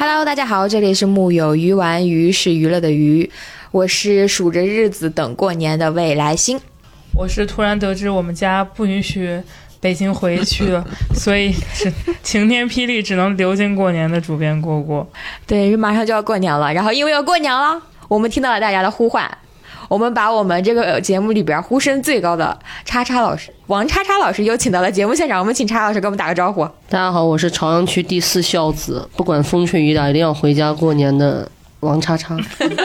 Hello， 大家好，这里是木有鱼丸，鱼是娱乐的鱼，我是数着日子等过年的未来星。 我是突然得知我们家不允许北京回去了，所以晴天霹雳只能流经过年的主编蝈蝈。 对，马上就要过年了，然后因为要过年了，我们听到了大家的呼唤，我们把我们这个节目里边呼声最高的叉叉老师王叉叉老师有请到了节目现场，我们请叉老师给我们打个招呼。 大家好，我是朝阳区第4孝子，不管风吹雨打一定要回家过年的王叉叉。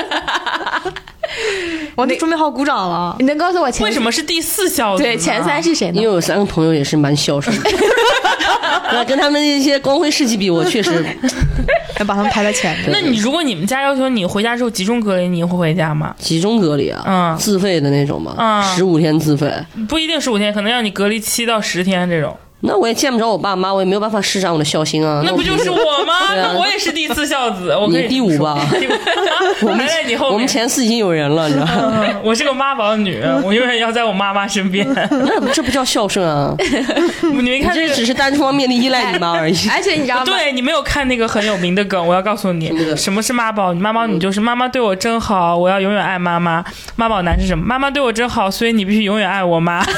我准备好鼓掌了。 你能告诉我为什么是第4孝子？ 对，前3是谁呢？ 因为有3个朋友也是蛮孝顺的。那跟他们那些光辉事迹比，我确实要把他们排在前面。 那如果你们家要求你回家之后集中隔离，你会回家吗？ 集中隔离啊？自费的那种吗？15天自费？ 不一定15天，可能让你隔离7到10天这种。 那我也见不着我爸妈，我也没有办法施展我的孝心啊。 那不就是我吗？那我也是第4孝子，我可以你第5吧？ 我还在你后面。 我们前4已经有人了，你知道吗？ 我是个妈宝女，我永远要在我妈妈身边。 那这不叫孝顺啊！ 你没看、 这只是单方面的依赖你妈而已。 而且你知道吗？ 对，你没有看那个很有名的梗，我要告诉你，什么是妈宝女？妈宝女就是妈妈对我真好，我要永远爱妈妈。妈宝男是什么？妈妈对我真好，所以你必须永远爱我妈。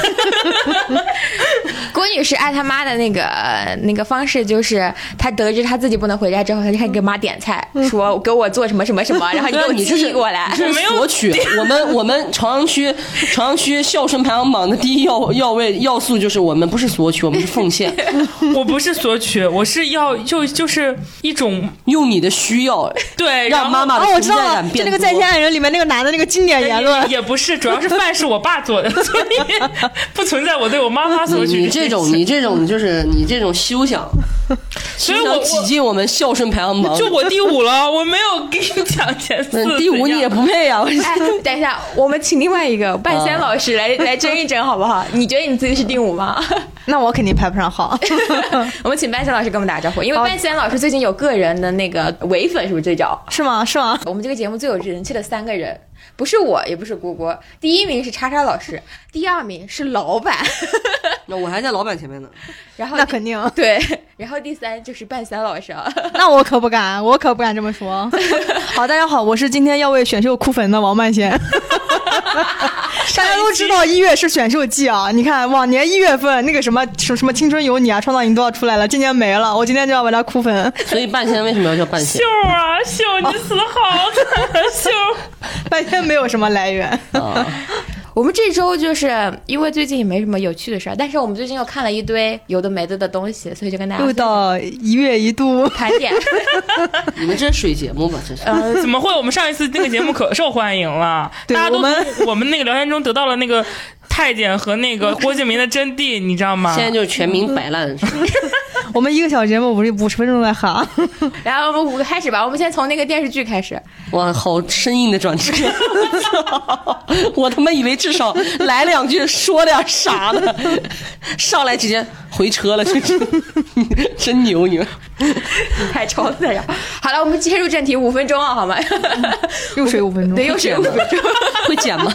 郭女士爱她妈的那个方式，就是她得知她自己不能回家之后，她就开始给妈点菜，说给我做什么什么什么，然后你给我寄过来。 这是索取。我们朝阳区孝顺排行榜的第一要素就是我们不是索取，我们是奉献。 我不是索取，我是要就是一种用你的需要对让妈妈的存在感变多。 就那个《再见爱人》里面那个男的那个经典言论， 也不是，主要是饭是我爸做的，所以不存在我对我妈妈索取。 你这种就是你这种修想， 所以我挤进我们孝顺排行榜。 就我第5了，我没有跟你讲前4。 第5你也不配啊！ 哎，等一下，我们请另外一个半仙老师来争一争，好不好？你觉得你自己是第5吗？ 那我肯定排不上号。 我们请半仙老师跟我们打个招呼，因为半仙老师最近有个人的那个唯粉，是不是最早？ 是吗？ 我们这个节目最有人气的3个人，不是我，也不是蝈蝈，第1名是叉叉老师，第2名是老板。 那我还在老板前面呢。 然后那肯定对，然后第3就是半仙老师。 那我可不敢这么说。好，大家好，我是今天要为选秀哭坟的王曼仙。大家都知道1月是选秀季啊，你看往年1月份那个什么青春有你啊、创造营都要出来了，今年没了，我今天就要把它哭坟。 所以半仙为什么要叫半仙？ 秀啊秀，你死得好惨秀。 半仙没有什么来源。 我们这周就是因为最近也没什么有趣的事儿，但是我们最近又看了一堆有的没的的东西，所以就跟大家又到1月1度盘点。 你们这是水节目吧？这是怎么会？我们上一次那个节目可受欢迎了， 对， 大家都从我们那个聊天中得到了那个太监和那个郭敬明的真谛，你知道吗？ 现在就是全民摆烂。 我们1个小时节目50分钟在哈。 然后我们5个开始吧，我们先从那个电视剧开始。 哇，好生硬的转折！我他妈以为至少来2句说点啥呢，上来直接回车了，真牛你们！ 太超自然。好了，我们切入正题，5分钟啊，好吗？ 又水5分钟， 对，又水5分钟， 会剪吗？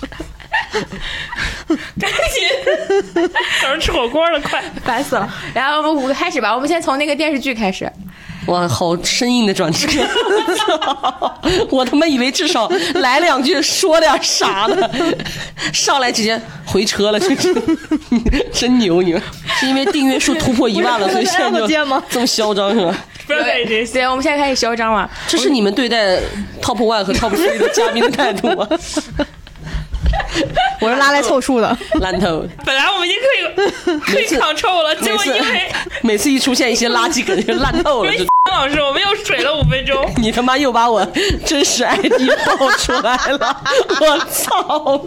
赶紧，早上吃火锅了，快烦死了。然后我们5个开始吧，我们先从那个电视剧开始。 哇，好生硬的转折！我他妈以为至少来2句说点啥呢，上来直接回车了，真牛你们！是因为订阅数突破1万了，所以现在就这么嚣张是吧？ 不要在意这些。 对，我们现在开始嚣张了。 这是你们对待 Top 1和 Top 3的嘉宾的态度吗？ 我是拉来凑数的烂透。 本来我们已经可以 control 了，结果因为每次一出现一些垃圾梗就烂透了。 老师，我们又水了5分钟。 你他妈又把我真实 ID 爆出来了，我操！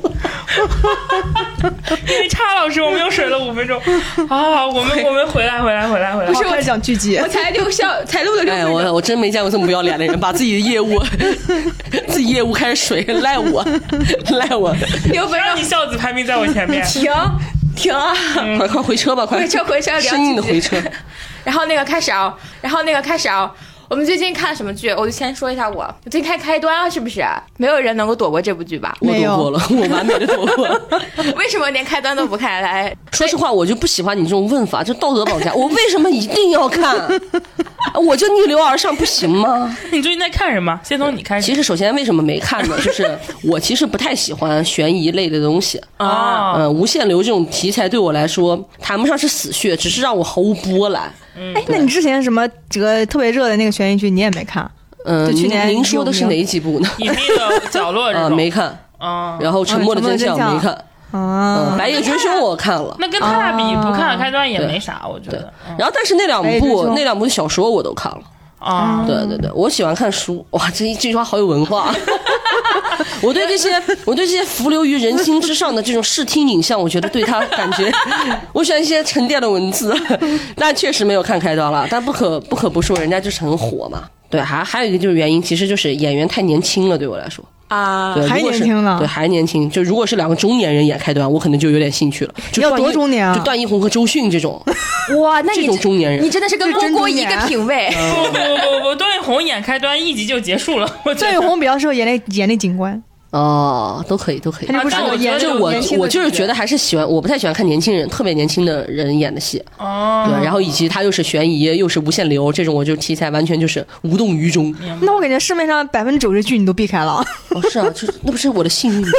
因为叉老师，我们又水了5分钟。好，我们回来。 不是我在讲剧集， 我才录了6分钟。 哎，我真没见过这么不要脸的人，把自己的业务开始水，赖我。 6分钟， 你孝子排名在我前面。 停啊！ 快回车吧，快回车， 生硬的回车。 然后那个开始啊，我们最近看了什么剧？我就先说一下我最近看开端了，是不是？没有人能够躲过这部剧吧？ 我躲过了，我完美的躲过了。 为什么连开端都不看？来， 说实话，我就不喜欢你这种问法，就道德绑架。我为什么一定要看？ 我就逆流而上不行吗？ 你最近在看什么？先从你开始。 其实首先为什么没看呢？就是我其实不太喜欢悬疑类的东西啊。 无限流这种题材对我来说谈不上是死穴，只是让我毫无波澜。 哎，那你之前什么这个特别热的那个悬疑剧你也没看？就去年您说的是哪几部呢？ 隐秘的角落啊，没看啊。然后沉默的真相没看啊。白夜追凶我看了， 那跟他比不看开端也没啥，我觉得。 然后但是那两部小说我都看了。啊，对对对，我喜欢看书。哇，这句话好有文化。我对这些浮流于人心之上的这种视听影像，我觉得对他感觉，我喜欢一些沉淀的文字。但确实没有看开端了，但不可不说，人家就是很火嘛。对，还有一个就是原因，其实就是演员太年轻了，对我来说。 啊， 对， 还年轻呢， 对，还年轻。就如果是两个中年人演开端，我可能就有点兴趣了。就要多中年啊？ 就段奕宏和周迅这种。 哇，那这种中年人， 你真的是跟郭郭一个品味。 不，段奕宏演开端一集就结束了。 段奕宏比较适合演那警官。 哦，都可以。 他不是我就是觉得还是喜欢，我不太喜欢看年轻人，特别年轻的人演的戏。 哦， 对，然后以及他又是悬疑又是无限流这种，我就题材完全就是无动于衷。 那我感觉市面上90%剧你都避开了。 哦，是啊，那不是我的幸运吗？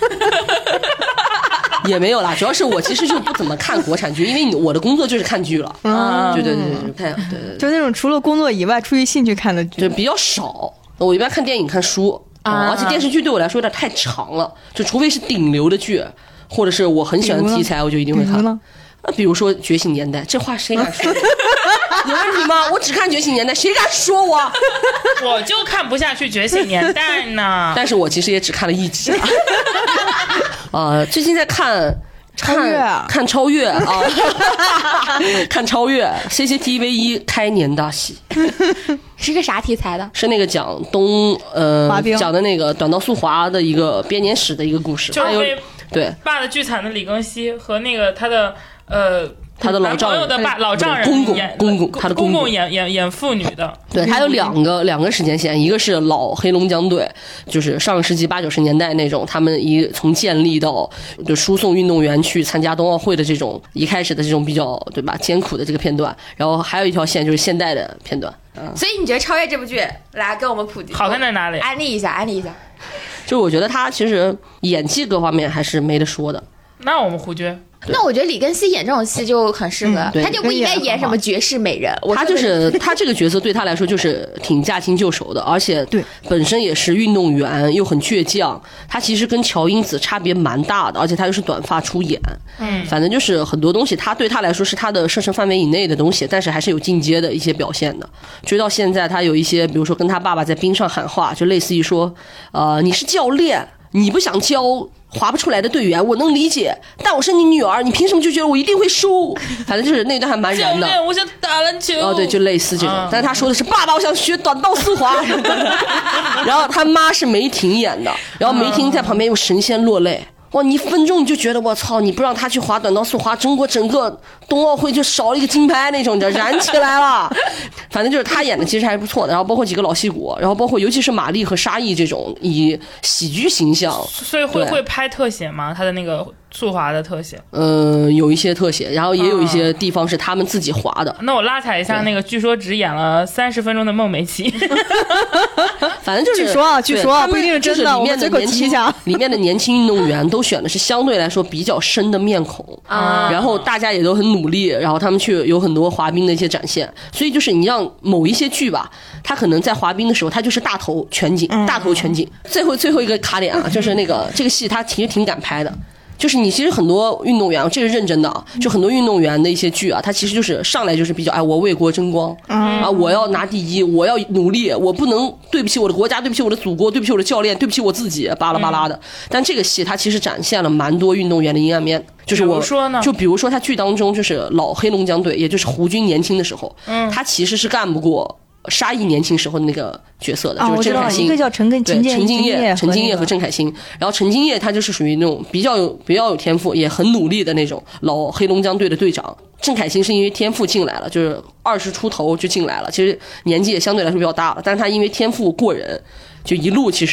也没有啦，主要是我其实就不怎么看国产剧，因为我的工作就是看剧了。对， 就那种除了工作以外出于兴趣看的剧， 就比较少。我一般看电影看书。而且电视剧对我来说有点太长了，就除非是顶流的剧，或者是我很喜欢的题材，我就一定会看。比如说《觉醒年代》，这话谁敢说？有问题吗？我只看《觉醒年代》，谁敢说我？ 我就看不下去《觉醒年代》呢。 但是我其实也只看了一集。最近在看超越啊，看超越 CCTV1 开年大戏。 是个啥题材的？ 是那个讲讲的那个短道速滑的一个编年史的一个故事， 就是被对骂的巨惨的李庚希和那个他的老丈人的老丈人公公，他的公公演妇女的。 对，他有两个时间线，一个是老黑龙江队，就是上个世纪80、90年代那种，他们从建立到就输送运动员去参加冬奥会的这种一开始的这种比较对吧艰苦的这个片段，然后还有一条线就是现代的片段。 所以你觉得《超越》这部剧来跟我们普及好看在哪里？ 安利一下。 就我觉得他其实演技各方面还是没得说的。 那我们胡军。 那我觉得李庚希演这种戏就很适合，他就不应该演什么绝世美人。 他就是他这个角色对他来说就是挺驾轻就熟的，而且本身也是运动员，又很倔强。他其实跟乔英子差别蛮大的，而且他又是短发出演。反正就是很多东西，他对他来说是他的射程范围以内的东西，但是还是有进阶的一些表现的。追到现在，他有一些，比如说跟他爸爸在冰上喊话，就类似于说，你是教练，你不想教划不出来的队员，我能理解，但我是你女儿，你凭什么就觉得我一定会输？反正就是那段还蛮燃的。 我想打篮球。 对，就类似这种。但是他说的是爸爸，我想学短道速滑。然后他妈是梅婷演的，然后梅婷在旁边又神仙落泪。哇，你1分钟你就觉得我操，你不让他去滑短道速滑，中国整个冬奥会就少了一个金牌那种，就燃起来了。反正就是他演的其实还是不错的，然后包括几个老戏骨，然后包括尤其是马丽和沙溢这种以喜剧形象， 所以会拍特写吗？他的那个速滑的特写？ 有一些特写，然后也有一些地方是他们自己滑的。 那我拉踩一下，那个据说只演了30分钟的孟美岐。 反正就是据说不一定是真的， 里面的年轻运动员都选的是相对来说比较深的面孔然后大家也都很努力，然后他们去有很多滑冰的一些展现，所以就是你让某一些剧吧，他可能在滑冰的时候他就是大头全景。最后一个卡点啊，就是这个戏他其实挺敢拍的。就是你其实很多运动员，这是认真的啊，就很多运动员的一些剧啊，他其实就是上来就是比较我为国争光我要拿第一，我要努力，我不能对不起我的国家，对不起我的祖国，对不起我的教练，对不起我自己，巴拉巴拉的。但这个戏它其实展现了蛮多运动员的阴暗面，就是就比如说他剧当中就是老黑龙江队，也就是胡军年轻的时候，他其实是干不过沙溢年轻时候的那个角色的，就是郑凯欣， 一个叫陈敬业和郑凯欣。然后陈敬业他就是属于那种比较有天赋，也很努力的那种老黑龙江队的队长。郑凯欣是因为天赋进来了，就是20出头就进来了，其实年纪也相对来说比较大了，但是他因为天赋过人，就一路其实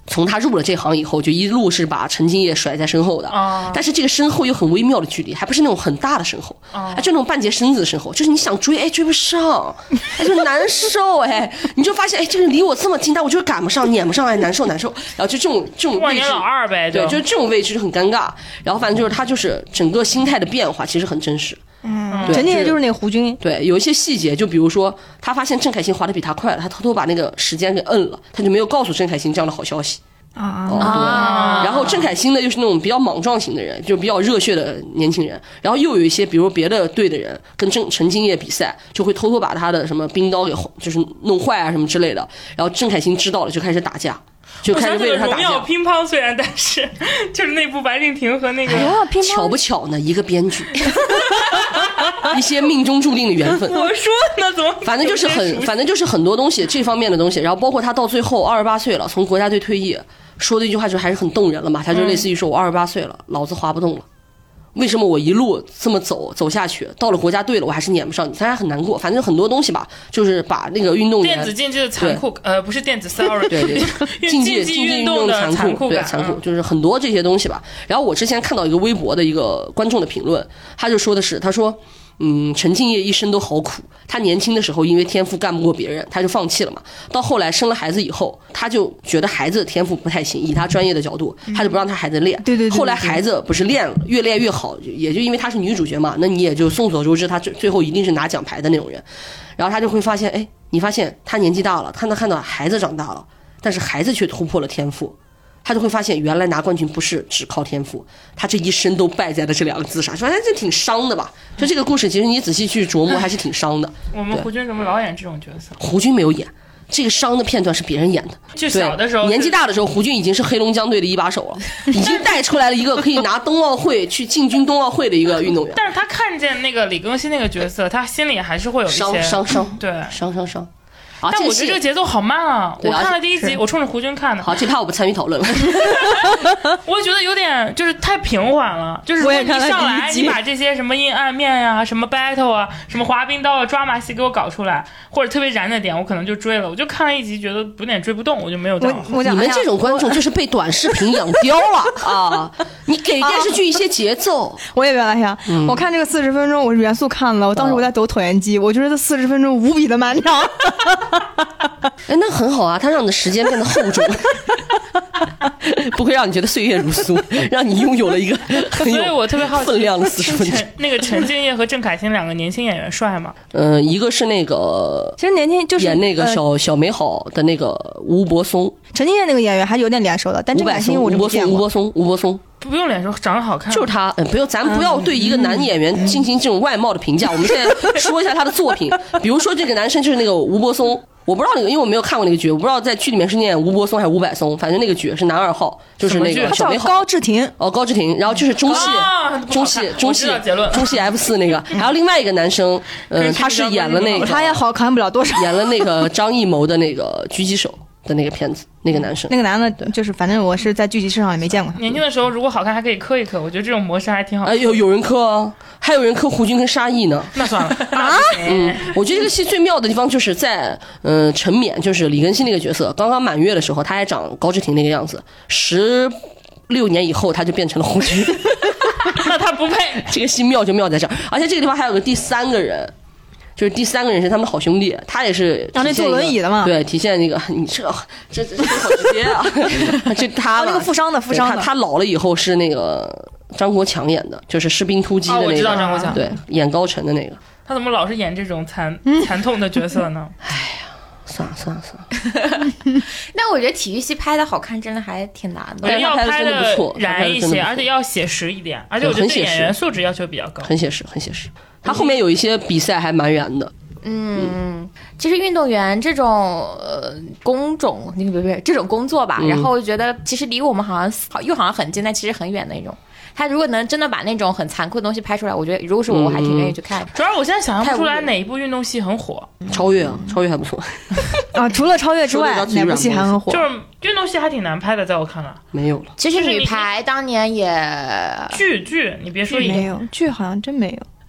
从他入了这行以后，就一路是把陈敬业甩在身后的。但是这个身后又很微妙的距离，还不是那种很大的身后，就那种半截身子的身后，就是你想追，追不上，就难受，你就发现，这个人离我这么近，但我就是赶不上，撵不上，难受。然后就这种万位置， 年老二呗， 对，就是这种位置就很尴尬。然后反正就是他就是整个心态的变化，其实很真实。 陈敬业就是那个胡军， 对，有一些细节，就比如说他发现郑凯欣滑得比他快了，他偷偷把那个时间给摁了，他就没有告诉郑凯欣这样的好消息。对。然后郑凯欣呢，又是那种比较莽撞型的人，就比较热血的年轻人。然后又有一些，比如别的队的人跟陈敬业比赛，就会偷偷把他的什么冰刀给就是弄坏啊什么之类的。然后郑凯欣知道了，就开始打架。就开始为了他打架。 荣耀乒乓虽然，但是就是那部白敬亭和那个巧不巧呢？一个编剧，一些命中注定的缘分。 我说呢，怎么？ 反正就是很多东西这方面的东西，然后包括他到最后28岁了，从国家队退役，说的一句话就还是很动人了嘛。他就类似于说：“我28岁了，老子滑不动了。”为什么我一路这么走下去，到了国家队了，我还是撵不上你？他还很难过。反正很多东西吧，就是把那个运动员电子竞技的残酷，不是电子 ，sorry， 对，竞技运动的残酷，对，残酷就是很多这些东西吧。然后我之前看到一个微博的一个观众的评论，他就说的是，他说。陈敬业一生都好苦，他年轻的时候因为天赋干不过别人，他就放弃了嘛。到后来生了孩子以后，他就觉得孩子的天赋不太行，以他专业的角度，他就不让他孩子练。 对。 后来孩子不是练了，越练越好，也就因为她是女主角嘛，那你也就众所周知，她最后一定是拿奖牌的那种人。然后他就会发现，你发现他年纪大了，看到孩子长大了，但是孩子却突破了天赋。他就会发现，原来拿冠军不是只靠天赋，他这一生都败在了这2个字上，说这挺伤的吧？就这个故事，其实你仔细去琢磨，还是挺伤的。 我们胡军怎么老演这种角色？ 胡军没有演，这个伤的片段是别人演的。 就小的时候， 年纪大的时候，胡军已经是黑龙江队的一把手了，已经带出来了一个可以拿冬奥会去进军冬奥会的一个运动员。 但是他看见那个李庚希那个角色，他心里还是会有一些伤， 对， 伤。 但我觉得这个节奏好慢啊！我看了第1集，我冲着胡军看的。 好，这趴我不参与讨论了。 我觉得有点就是太平缓了，就是如果你上来你把这些什么阴暗面呀、什么 battle 啊、什么滑冰刀啊、抓马戏给我搞出来，或者特别燃的点，我可能就追了。我就看了1集，觉得有点追不动，我就没有这样。 你们这种观众就是被短视频养刁了啊！你给电视剧一些节奏。 我也表达一下，我看这个40分钟，我是元素看了，我当时我在抖椭圆机，我觉得这40分钟无比的漫长。 那很好啊，它让你的时间变得厚重，不会让你觉得岁月如苏，让你拥有了一个很有所以我特别好奇分量的40分钟。 那个陈敬业和郑凯欣2个年轻演员帅吗？ 一个是那个， 其实年轻就是演那个小美好的那个吴柏松， 陈敬业那个演员还有点脸熟的，但郑凯欣我就没见过。 吴柏松。 不用脸熟，长得好看， 就是他。不用，咱不要对一个男演员进行这种外貌的评价。我们现在说一下他的作品，比如说这个男生就是那个吴柏松，我不知道那个，因为我没有看过那个剧，我不知道在剧里面是念吴柏松还是吴柏松，反正那个剧是男2号，就是那个小美好。 高志廷。 高志廷，然后就是中戏 F4 那个，还有另外一个男生，他是演了那个， 他也好看不了多少， 演了那个张艺谋的那个狙击手的那个片子，那个男生， 那个男的，就是反正我是在剧集市上也没见过他。 年轻的时候如果好看还可以磕一磕，我觉得这种模式还挺好。 有人磕啊，还有人磕胡军跟沙溢呢。 那算了啊。 我觉得这个戏最妙的地方就是在陈冕，就是李庚希那个角色刚刚满月的时候，他还长高志廷那个样子，16年以后他就变成了胡军。 那他不配。 这个戏妙就妙在这儿，而且这个地方还有个第3个人。就是第3个人是他们的好兄弟，他也是让那坐轮椅的嘛， 对，体现那个你这好直接啊，这他那个富商的， 他老了以后是那个张国强演的，就是士兵突击的那个， 我知道张国强， 对，演高晨的那个。 他怎么老是演这种惨痛的角色呢？ 哎呀，算了。 但我觉得体育戏拍的好看，真的还挺难的。 要拍的不错， 燃一些，而且要写实一点，而且我觉得对演员素质要求比较高， 很写实。他后面有一些比赛还蛮燃的。 其实运动员这种工种，这种工作吧，然后我觉得其实离我们好像很近，但其实很远那种。他如果能真的把那种很残酷的东西拍出来，我觉得如果是我还挺愿意去看。 主要我现在想象不出来哪一部运动戏很火。 超越还不错啊，除了超越之外，哪部戏还很火？ 就是运动戏还挺难拍的，在我看来没有了。 其实女排当年也剧，你别说没有剧，好像真没有。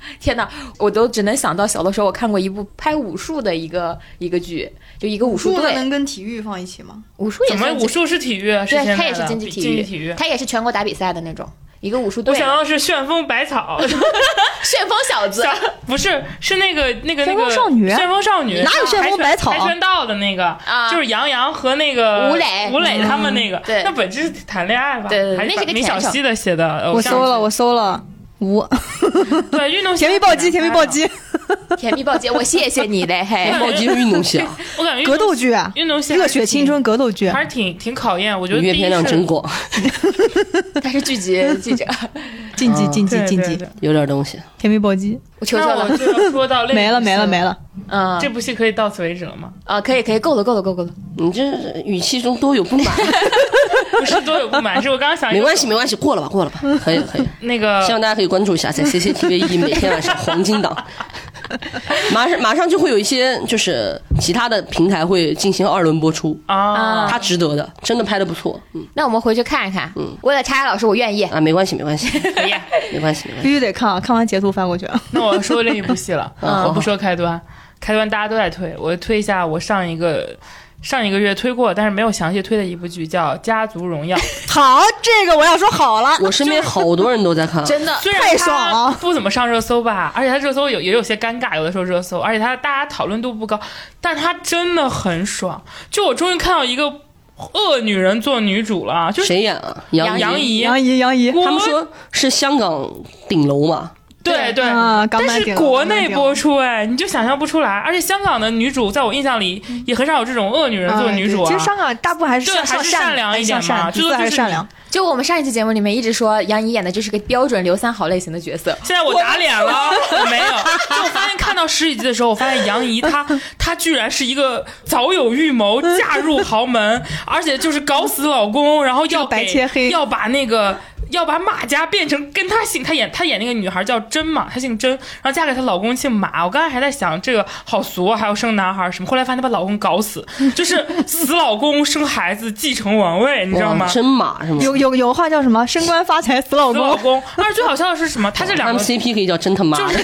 天哪，我都只能想到小的时候我看过一部拍武术的一个剧，就一个武术队。 能跟体育放一起吗？ 武术也怎么武术是体育？ 对，它也是竞技体育， 它也是全国打比赛的那种。一个武术队， 我想到的是旋风百草， 旋风小子， 不是，是那个旋风少女， 旋风少女哪有旋风百草？ 跆拳道的那个，就是杨洋和那个吴磊他们那个， 对， 那本质是谈恋爱吧？ 对， 还那是个米小溪的写的。 我搜了。 对，运动甜蜜暴击，甜蜜暴击， 甜蜜暴击，我谢谢你嘞，嘿， 暴击是运动戏啊， 我感觉格斗剧啊， 运动戏热血青春格斗剧， 还是挺考验。我觉得阅片量真广， 他是剧集记者， 竞技， 有点东西。 甜蜜暴击， 我求求了， 我就要说到没了。 这部戏可以到此为止了吗？ 可以，够了。 你这语气中多有不满， 不是多有不满，是我刚刚想没关系，过了吧，可以。 那个， 希望大家可以关注一下，在 CCTV1每天晚上黄金档，马上就会有一些就是其他的平台会进行2轮播出啊，他值得的，真的拍的不错。 那我们回去看一看。为了叉叉老师，我愿意啊，没关系， 可以， 没关系， 必须得看啊，看完截图翻过去。 那我说另一部戏了，我不说开端大家都在推，我推一下我上一个月推过但是没有详细推的一部剧，叫《家族荣耀》。 好，这个我要说好了， 我身边好多人都在看， 真的太爽了。 不怎么上热搜吧，而且它热搜也有些尴尬，有的时候热搜，而且大家讨论度不高，但它真的很爽。就我终于看到一个恶女人做女主了，就是谁演啊？杨怡， 他们说是香港顶楼嘛。 对啊， 但是国内播出你就想象不出来，而且香港的女主在我印象里也很少有这种恶女人做女主啊。 其实香港大部分还是善良一点嘛， 就是善良。 就我们上一期节目里面一直说杨怡演的就是个标准刘三好类型的角色， 现在我打脸了，我没有。就我发现看到10几集的时候，我发现杨怡她居然是一个早有预谋嫁入豪门，而且就是搞死老公，然后要白切黑， 要把马家变成跟他姓，他演那个女孩叫甄嘛，她姓甄，然后嫁给她老公姓马。我刚才还在想这个好俗，还要生男孩什么，后来发现她把老公搞死，就是死老公生孩子继承王位，你知道吗？ 甄马是吗？ 有话叫什么？升官发财死老公。 而且最好笑的是什么？他这两个 CP 可以叫真他妈的，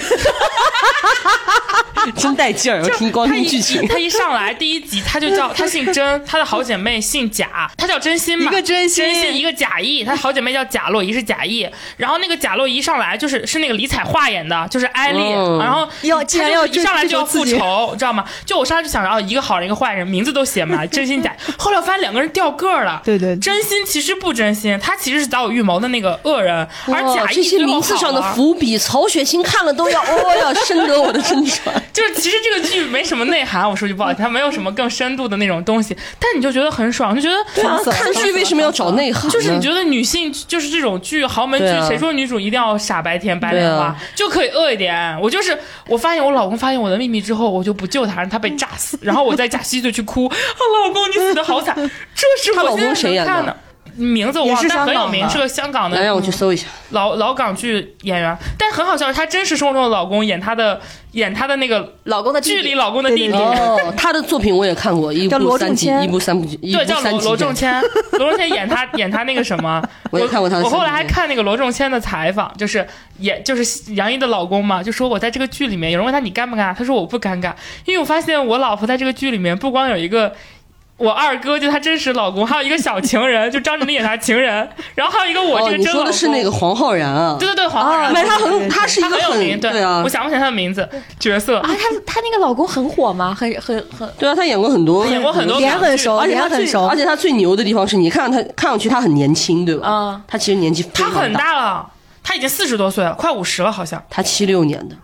真带劲儿！我听光听剧情， 他一上来第1集他就叫他姓甄，他的好姐妹姓贾，他叫真心嘛， 一个真心一个贾谊，他好姐妹叫贾洛仪是贾谊，然后那个贾洛仪上来是那个李彩桦演的，就是艾丽，然后既然要一上来就要复仇，知道吗？就我上来就想着一个好人一个坏人，名字都写嘛，真心贾。后来我发现两个人掉个儿了， 对， 真心其实不真心，他其实是早有预谋的那个恶人，而贾谊这些名字上的伏笔，曹雪芹看了都要深得我的真传。 就是其实这个剧没什么内涵，我说句不好听，它没有什么更深度的那种东西，但你就觉得很爽，就觉得看剧为什么要找内涵？ 就是你觉得女性就是这种剧豪门剧，谁说女主一定要傻白甜白莲花，就可以恶一点。我发现我老公发现我的秘密之后，我就不救他，让他被炸死，然后我再假戏就去哭，老公你死得好惨。这是我现在能看的。名字我忘了，但很有名，是个香港的。 来让我去搜一下老港剧演员，但很好笑，他真实生活中的老公演他的那个老公的剧里老公的弟弟。 哦，他的作品我也看过，一部3集，一部3集， 对，叫罗仲谦。罗仲谦演他那个什么， 我也看过他的。 我后来还看那个罗仲谦的采访，就是杨怡的老公嘛，就说我在这个剧里面，有人问他你尴不尴尬，他说我不尴尬，因为我发现我老婆在这个剧里面不光有一个。我二哥就他真实老公，还有一个小情人，就张智霖演他情人，然后还有一个我这个真老公。 你说的是那个黄浩然啊？ 对，黄浩然。 他是一个很有名，对啊， 我想不起来他的名字角色啊。他那个老公很火吗？很对啊，他演过很多， 脸很熟， 而且他最牛的地方是你看上去他很年轻，对吧？他其实年纪他很大了，他已经40多岁了，快50了好像。 他76年的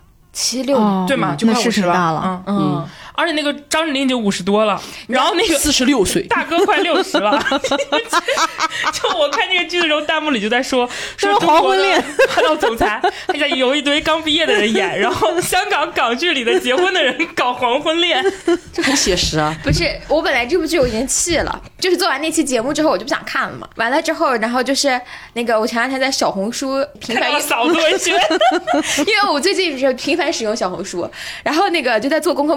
，76 对嘛，就快50了，而且那个张智霖已经50多了，然后那个 46岁大哥快60了。就我看那个剧的时候，弹幕里就在说黄昏恋， 霸道总裁，他家有一堆刚毕业的人演，然后香港剧里的结婚的人搞黄昏恋， 这很写实啊。 不是，我本来这部剧我已经弃了，就是做完那期节目之后我就不想看了嘛。完了之后，然后就是那个我前两天在小红书频繁嫂子文学， 因为我最近是频繁使用小红书，然后那个就在做功课，莫名其妙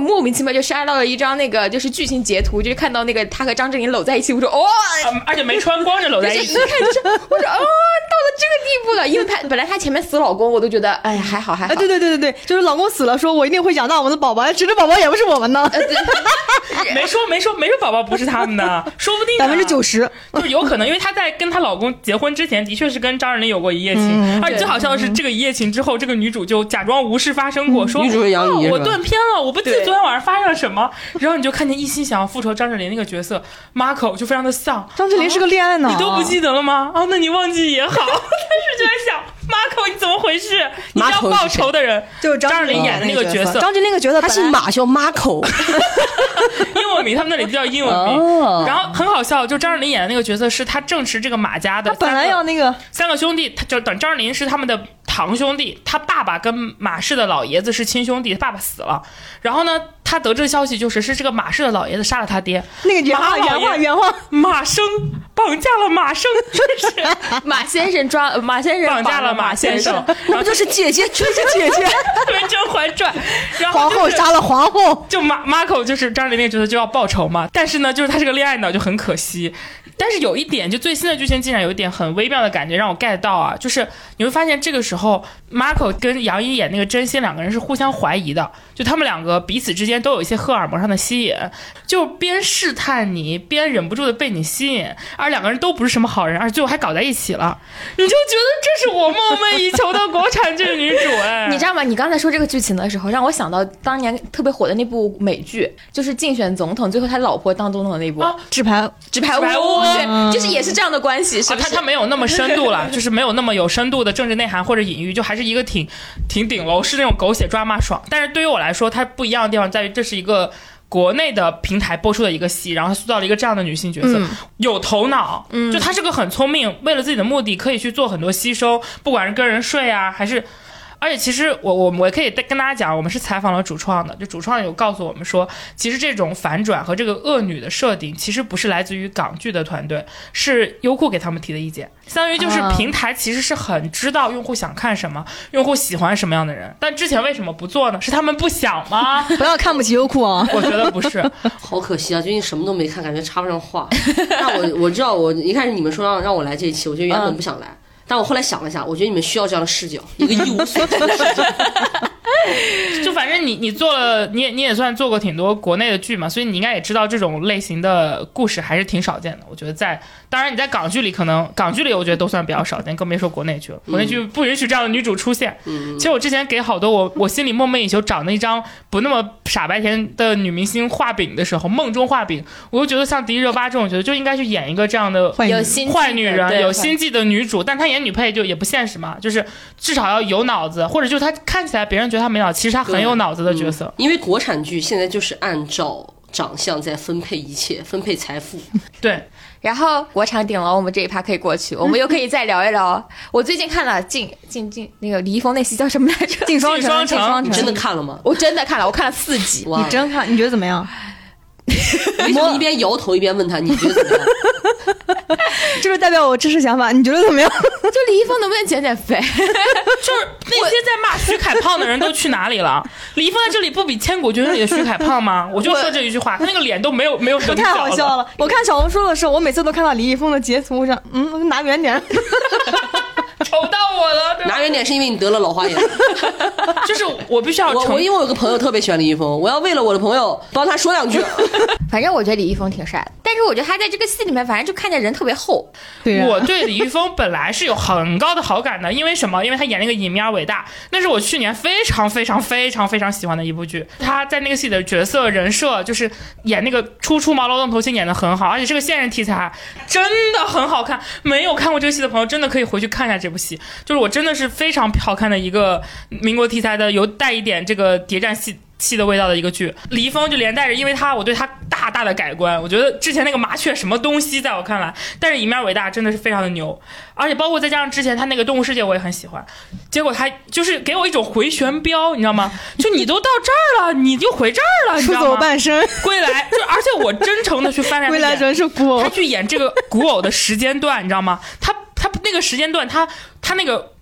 面就刷到了一张那个就是剧情截图，就是看到那个他和张智霖搂在一起，我说而且没穿，光着搂在一起， 一看就是我说到了这个地步了，因为他本来他前面死老公，我都觉得哎呀还好。 对，就是老公死了，说我一定会养大我们的宝宝，其实宝宝也不是我们的。 没说宝宝不是他们的，说不定 90% 就是有可能，因为她在跟她老公结婚之前，的确是跟张智霖有过一夜情，而且最好笑的是，这个一夜情之后，这个女主就假装无事发生过，说女主是杨怡， 我断片了，我不记得昨天晚上发生了什么。然后你就看见一心想要复仇张智霖那个角色 Marco 就非常的丧， 张智霖是个恋爱脑， 你都不记得了吗？那你忘记也好。但是就在想 Marco 你怎么回事？你要报仇的人就是张智霖演的那个角色， 张智霖那个角色他姓马叫 Marco， 英文名他们那里叫英文名。然后很好笑，就张智霖演的那个角色是他正持这个马家的， 他本来要那个三个兄弟，他就等张智霖是他们的堂兄弟，他爸爸跟马氏的老爷子是亲兄弟，他爸爸死了，然后呢他得知消息就是这个马氏的老爷子杀了他爹， 那个原话马生绑架了马生，真是马先生绑架了马先生， 然后就是姐姐追着姐姐， 特别《甄嬛传》，然后、 皇后杀了皇后， 就Marco 就是张智霖那个角色就要报仇嘛，但是呢就是他是个恋爱脑就很可惜。但是有一点，就最新的剧情竟然有一点很微妙的感觉让我 get 到啊，就是你会发现这个时候 Marco 跟杨怡演那个真心两个人是互相怀疑的，就他们两个彼此之间都有一些荷尔蒙上的吸引，就边试探你边忍不住的被你吸引，而两个人都不是什么好人，而最后还搞在一起了，你就觉得这是我梦寐以求的国产剧女主哎。 你知道吗？你刚才说这个剧情的时候，让我想到当年特别火的那部美剧，就是竞选总统，最后他老婆当总统的那部《 纸牌屋》，对，就是也是这样的关系，是不是？ 他没有那么深度了，就是没有那么有深度的政治内涵或者隐喻，就还是一个挺顶楼，是那种狗血抓马爽。但是对于我来说，它不一样的地方在于，这是一个国内的平台播出的一个戏，然后塑造了一个这样的女性角色，有头脑，就她是个很聪明，为了自己的目的可以去做很多牺牲，不管是跟人睡啊，还是。而且其实我可以跟大家讲，我们是采访了主创的，就主创有告诉我们说，其实这种反转和这个恶女的设定其实不是来自于港剧的团队，是优酷给他们提的意见，相当于就是平台其实是很知道用户想看什么，用户喜欢什么样的人，但之前为什么不做呢？是他们不想吗？ 不要看不起优酷啊！ 我觉得不是， 好可惜啊，最近什么都没看，感觉插不上话。但我知道，我一开始你们说让我来这一期，我觉得原本不想来。但我后来想了一下，我觉得你们需要这样的视角，一个一无所知的视角。 就反正你做了，你也算做过挺多国内的剧嘛，所以你应该也知道这种类型的故事还是挺少见的。我觉得当然你在港剧里我觉得都算比较少见，更别说国内剧了。国内剧不允许这样的女主出现。其实我之前给好多我心里梦寐以求长的一张不那么傻白甜的女明星画饼的时候，梦中画饼，我就觉得像迪丽热巴这种角色就应该去演一个这样的坏女人，有心计的女主，但她演女配就也不现实嘛，就是至少要有脑子，或者就是她看起来别人觉得她没脑子，其实她很有脑子的角色。 因为国产剧现在就是按照长相在分配一切，分配财富。对。 然后国产顶了，我们这一趴可以过去，我们又可以再聊一聊。我最近看了那个李易峰那戏叫什么来着？ 镜双城。 你真的看了吗？ 我真的看了，我看了4集。 你真看？你觉得怎么样？ 为什么一边摇头一边问他你觉得怎么样？ 就是代表我真实想法，你觉得怎么样？ 就李易峰能不能减肥？ 就是那些在骂徐凯胖的人都去哪里了？李易峰在这里不比《千古绝世》里的徐凯胖吗？我就说这一句话，他那个脸都没有棱角了， 太好笑了。我看小红书的时候，我每次都看到李易峰的截图，我想拿远点。 瞅到我了， 拿远点是因为你得了老花眼。 就是我必须要因为我有个朋友特别喜欢李易峰，我要为了我的朋友帮他说两句。 反正我觉得李易峰挺帅的，但是我觉得他在这个戏里面反正就看见人特别厚。 对我对李易峰本来是有很高的好感的，因为什么？因为他演那个《隐秘而伟大》，那是我去年非常非常非常非常喜欢的一部剧。他在那个戏的角色人设就是演那个初毛劳动头衔演得很好，而且这个现任题材真的很好看。没有看过这个戏的朋友真的可以回去看一下这部戏，就是我真的是非常好看的一个民国题材的，有带一点这个谍战戏的味道的一个剧。李易峰就连带着因为我对他大的改观，我觉得之前那个麻雀什么东西在我看来，但是《隐秘而伟大》真的是非常的牛，而且包括再加上之前他那个动物世界我也很喜欢，结果他就是给我一种回旋镖，你知道吗？就你都到这儿了你就回这儿了，你知道吗？ 出走半生归来，就而且我真诚的去翻归来真是古偶， 他去演这个古偶的时间段你知道吗？他那个时间段他那个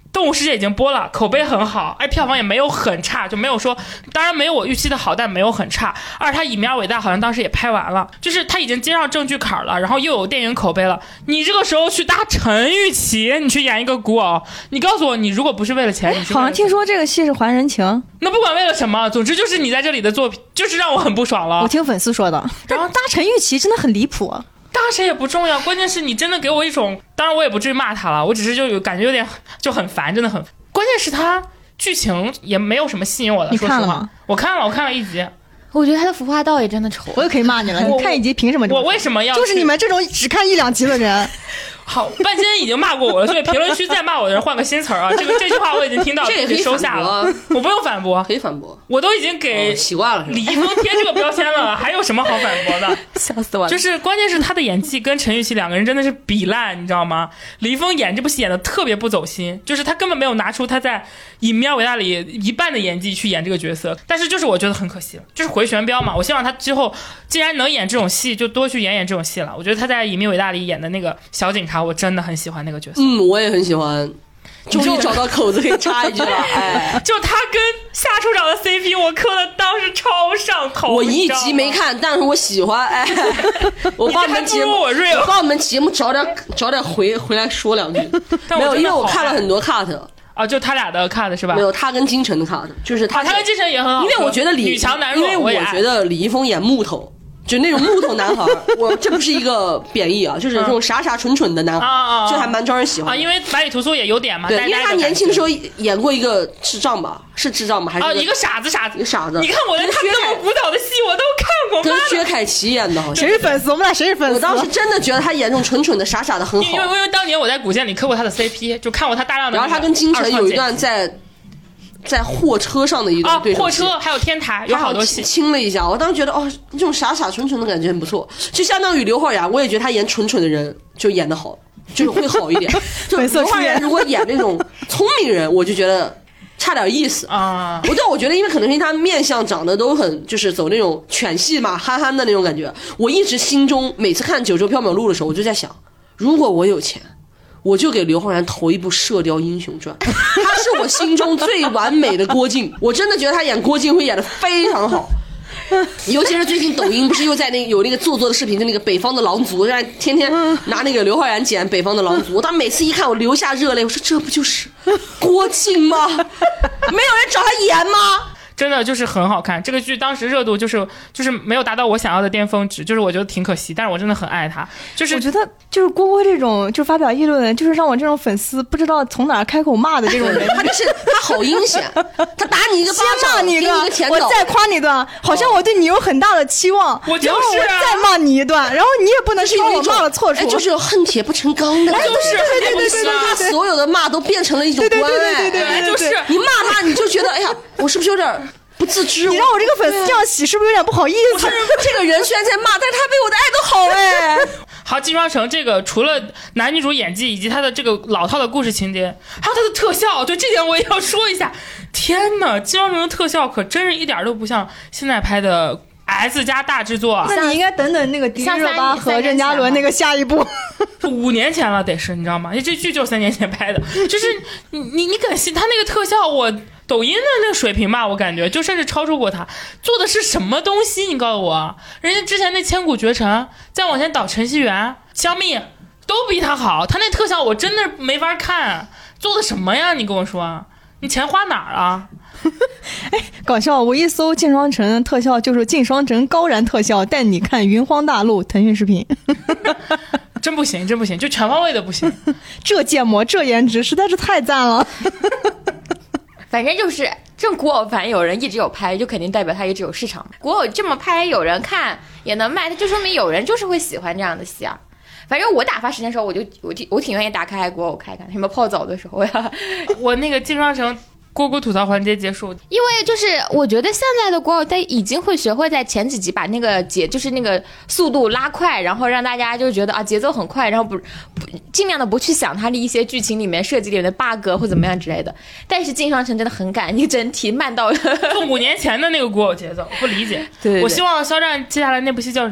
动物世界已经播了，口碑很好，票房也没有很差，就没有说，当然没有我预期的好，但没有很差。而他《以米尔伟大》好像当时也拍完了，就是他已经接上正剧坎了，然后又有电影口碑了。你这个时候去搭陈钰琪，你去演一个古偶，你告诉我，你如果不是为了钱，你是好像听说这个戏是还人情。 那不管为了什么，总之就是你在这里的作品，就是让我很不爽了。 我听粉丝说的，然后搭陈钰琪真的很离谱。 搭谁也不重要，关键是你真的给我一种，当然我也不至于骂他了，我只是就有感觉有点就很烦，真的很。关键是他剧情也没有什么吸引我的。 你看了吗？ 我看了1集。 我觉得他的服化道也真的丑。 我也可以骂你了，你看1集凭什么？ 我为什么要？ 就是你们这种只看1、2集的人。 好，半仙已经骂过我了，所以评论区再骂我的人换个新词儿啊！这句话我已经听到， 这也可以收下了。我不用反驳， 可以反驳。 我都已经给习惯了李易峰贴这个标签了，还有什么好反驳的？ 笑死我了！ 就是关键是他的演技跟陈钰琪两个人真的是比烂，你知道吗？李易峰演这部戏演的特别不走心，就是他根本没有拿出他在《以米尔伟大》里一半的演技去演这个角色。但是就是我觉得很可惜了，就是回旋镖嘛。我希望他之后既然能演这种戏，就多去演这种戏了。我觉得他在《以米尔伟大》里演的那个小警察，我真的很喜欢那个角色。 我也很喜欢。终于找到口子可以插一句了， 就他跟夏处长的 CP， 我磕的当时超上头。 我1集没看，但是我喜欢。我帮你们节目找点回来说2句。没有，因为我看了很多 cut。 就他俩的 cut 是吧？ 没有，他跟金晨的 cut， 就是他跟金晨也很好。 因为我觉得女强男弱， 因为我觉得李易峰演木头。就那种木头男孩，这不是一个贬义啊，就是这种傻傻蠢蠢的男孩，就还蛮招人喜欢啊。因为百里屠苏也有点嘛， 对，因为他年轻的时候演过一个智障吧，是智障吗？还是一个傻子？ 一个傻子。 你看我连他那么古早的戏我都看过， 跟薛凯琪演的，好像。 谁是粉丝？我们俩谁是粉丝？ 我当时真的觉得他演这种蠢蠢的、傻傻的很好。 因为当年我在古剑里磕过他的 CP， 就看过他大量的。 然后他跟金晨有一段在货车上的一段对手戏， 货车还有天台有好多戏亲了一下，我当时觉得这种傻傻蠢蠢的感觉很不错，就相当于刘昊然，我也觉得他演蠢蠢的人就演得好，就是会好一点。就刘昊然如果演那种聪明人，我就觉得差点意思啊。我觉得因为可能是他面相长得都很就是走那种犬系嘛，憨憨的那种感觉。我一直心中每次看《九州缥缈录》的时候，我就在想，如果我有钱，我就给刘昊然投一部《射雕英雄传》，他是我心中最完美的郭靖，我真的觉得他演郭靖会演得非常好。尤其是最近抖音不是又在有那个做作的视频，就那个北方的狼族，让天天拿那个刘昊然剪北方的狼族，我当时每次一看我流下热泪，我说这不就是郭靖吗？没有人找他演吗？ 真的就是很好看，这个剧当时热度就是没有达到我想要的巅峰值，就是我觉得挺可惜，但是我真的很爱他。就是我觉得就是郭郭这种就发表议论，就是让我这种粉丝不知道从哪开口骂的这种人， 他好阴险，他打你一个巴掌， 你一个甜我再夸你一段，好像我对你有很大的期望， 我然后我再骂你一段，然后你也不能说我骂了错处， 就是有恨铁不成钢的， 对， 他所有的骂都变成了一种关爱， 对，就是你骂他你就觉得哎呀，我是不是有点不自知？ 你让我这个粉丝这样洗，是不是有点不好意思？ 这个人虽然在骂，但是他比我的爱都好好，金双城这个除了男女主演技以及他的这个老套的故事情节，还有他的特效，对这点我也要说一下。天哪，金双城的特效可真是一点都不像现在拍的 S 加大制作。 那你应该等等那个迪丽热巴和任嘉伦那个下一部 ，5年前了得是，你知道吗？这剧就3年前拍的，就是你敢信他那个特效我。抖音的那个水平吧，我感觉就甚至超出过他。做的是什么东西？你告诉我，人家之前那千古绝尘，再往前倒陈希元、香蜜都比他好。他那特效我真的没法看，做的什么呀？你跟我说，你钱花哪儿啊？ 哎，搞笑！我一搜晋双城特效，就是晋双城高燃特效，带你看云荒大陆，腾讯视频。 真不行，就全方位的不行。 这建模，这颜值，实在是太赞了。 反正就是这种古偶，反正有人一直有拍，就肯定代表他一直有市场。古偶这么拍，有人看也能卖，它就说明有人就是会喜欢这样的戏啊。反正我打发时间的时候，我挺愿意打开古偶看看，什么泡澡的时候呀。 我那个晋双城蝈蝈吐槽环节结束， 因为就是我觉得现在的古偶他已经会学会在前几集把那个就是那个速度拉快，然后让大家就觉得啊节奏很快，然后不尽量的不去想它的一些剧情里面设计里面的 bug 或怎么样之类的。但是晋双城真的很赶，你整体慢到了 5年前的那个古偶节奏，不理解。 对， 我希望肖战接下来那部戏叫什么？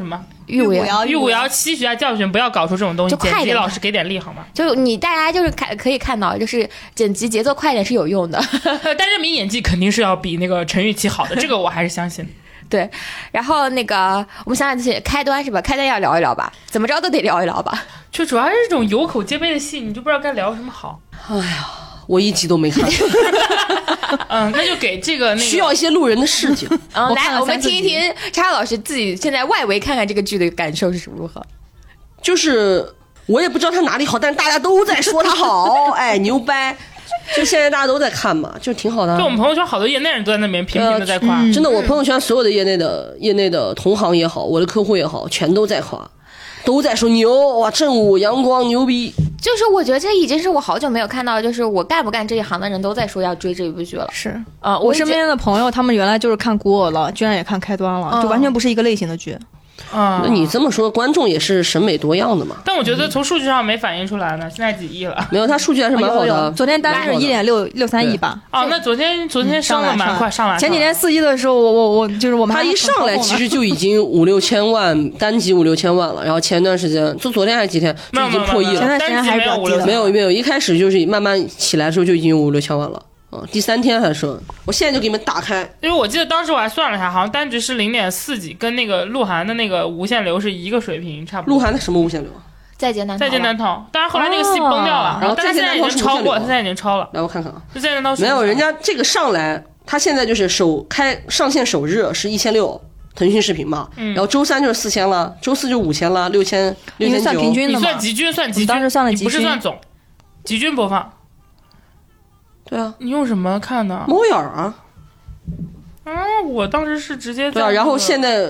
玉骨遥玉骨遥吸取下教训，不要搞出这种东西。 就快点剪辑老师给点力好吗？ 就大家就是可以看到，就是剪辑节奏快点是有用的。 但任明演技肯定是要比那个陈钰琪好的，这个我还是相信的。 对，然后那个我们想想这开端是吧？开端要聊一聊吧，怎么着都得聊一聊吧。 就主要是这种有口皆碑的戏，你就不知道该聊什么好。 哎呀，我一集都没看。 那就给这个需要一些路人的视角。 来，我们听一听叉老师自己现在外围看看这个剧的感受是如何。 就是我也不知道他哪里好，但是大家都在说他好，哎，牛掰。就现在大家都在看嘛，就挺好的。 就我们朋友圈好多业内人都在那边频频的在夸， 真的，我朋友圈所有的业内的同行也好，我的客户也好，全都在夸，都在说牛哇，正午阳光牛逼。 就是我觉得这已经是我好久没有看到，就是我干不干这一行的人都在说要追这一部剧了。 是我身边的朋友，他们原来就是看古偶了，居然也看开端了，就完全不是一个类型的剧。 那你这么说，观众也是审美多样的嘛？ 但我觉得从数据上没反映出来呢。现在几亿了？ 没有，它数据还是蛮好的。 昨天单日1.63亿吧。 那昨天升了蛮快，上来。 前几天4亿的时候，我就是我们他一上来其实就已经5-6千万，单集5-6千万了。然后前段时间就昨天还是几天就已经破亿了。 前段时间还是比较低的。 没有，一开始就是慢慢起来的时候就已经有5-6千万了。第3天还说，我现在就给你们打开， 因为我记得当时我还算了一下，好像单局是0.4几，跟那个鹿晗的那个无限流是一个水平，差不多。 鹿晗的什么无限流？ 再见难逃，当然后来那个戏崩掉了，然后但是现在已经超过，现在已经超了。 来我看看啊， 再见难逃没有，人家这个上来，他现在就是上线首日是1600，腾讯视频嘛，然后周3就是4000了，周4就5000了，6900。 因为算平均的嘛， 你算集均， 当时算了集均， 不是算总，集均播放。 对啊， 你用什么看的？ 猫眼啊。 我当时是直接对啊，然后现在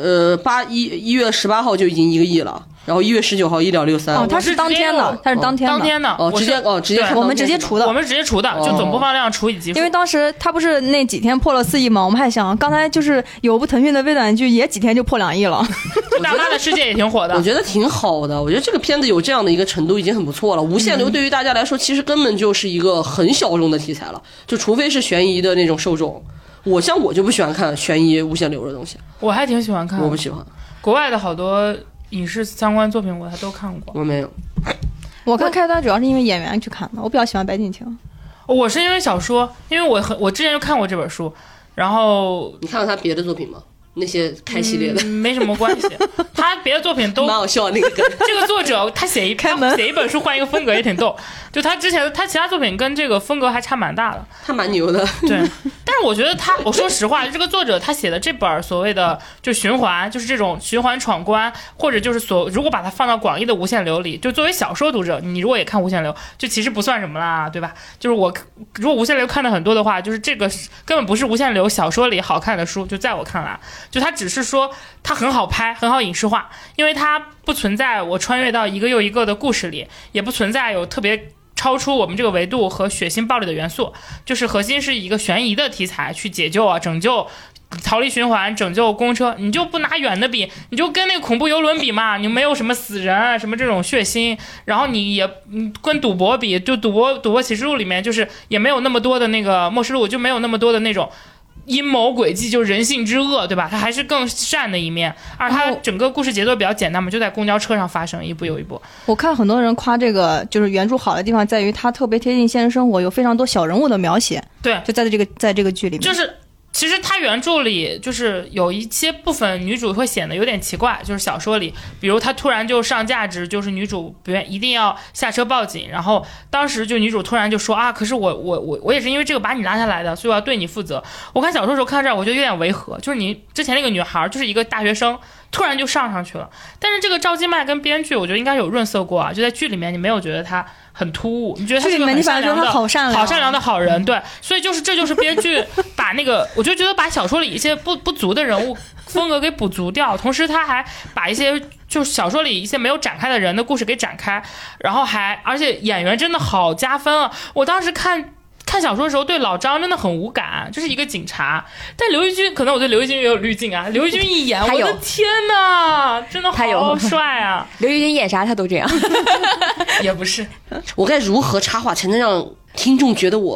1月18号就已经1个亿了，然后1月19号1.63。 它是当天的，它是当天的。 直接我们直接除的， 就总播放量除以集数。 因为当时它不是那几天破了4亿嘛，我们还想刚才就是有部腾讯的微短剧也几天就破2亿了。 大妈的世界也挺火的， 我觉得挺好的。我觉得这个片子有这样的一个程度已经很不错了。无限流对于大家来说，其实根本就是一个很小众的题材了，就除非是悬疑的那种受众。我就不喜欢看悬疑无限流的东西， 我还挺喜欢看。 我不喜欢国外的好多影视相关作品，我还都看过。 我没有， 我看开端主要是因为演员去看的，我比较喜欢白敬亭。 我是因为小说，因为我之前就看过这本书，然后你看过他别的作品吗？那些开系列的没什么关系，他别的作品都蛮好笑那个梗。 这个作者他写一本书换一个风格也挺逗，就他之前他其他作品跟这个风格还差蛮大的， 他蛮牛的。 对，但是我觉得我说实话，这个作者他写的这本所谓的就循环，就是这种循环闯关，或者就是如果把它放到广义的无限流里，就作为小说读者，你如果也看无限流，就其实不算什么啦，对吧？就是如果无限流看的很多的话，就是这个根本不是无限流小说里好看的书，就在我看来。就它只是说它很好拍，很好影视化，因为它不存在我穿越到一个又一个的故事里，也不存在有特别超出我们这个维度和血腥暴力的元素，就是核心是一个悬疑的题材去解救啊、拯救、逃离循环、拯救公车，你就不拿远的比，你就跟那个恐怖游轮比嘛，你没有什么死人啊，什么这种血腥，然后你也跟赌博比，就赌博启示录里面就是也没有那么多的那个默示录，就没有那么多的那种阴谋诡计，就是人性之恶，对吧？它还是更善的一面，而它整个故事节奏比较简单嘛，就在公交车上发生，一步又一步。 我看很多人夸这个就是原著好的地方在于它特别贴近现实生活，有非常多小人物的描写。 对， 就在这个剧里面， 就是其实它原著里就是有一些部分女主会显得有点奇怪，就是小说里，比如她突然就上价值，就是女主一定要下车报警，然后当时就女主突然就说啊，可是我也是因为这个把你拉下来的，所以我要对你负责。我看小说的时候看到这儿，我就有点违和，就是你之前那个女孩就是一个大学生，突然就上去了，但是这个赵今麦跟编剧我觉得应该有润色过啊，就在剧里面你没有觉得她很突墀，你觉得他是个很善良的、好善良的好人，对，所以这就是编剧把那个，我就觉得把小说里一些不足的人物风格给补足掉，同时他还把一些就是小说里一些没有展开的人的故事给展开，然后而且演员真的好加分啊！我当时看小说的时候对老张真的很无感，就是一个警察，但刘奕君可能我对刘奕君也有滤镜啊，刘奕君一演，我的天哪，真的好帅啊！ 刘奕君演啥他都这样， 也不是。 我该如何插话才能让听众觉得我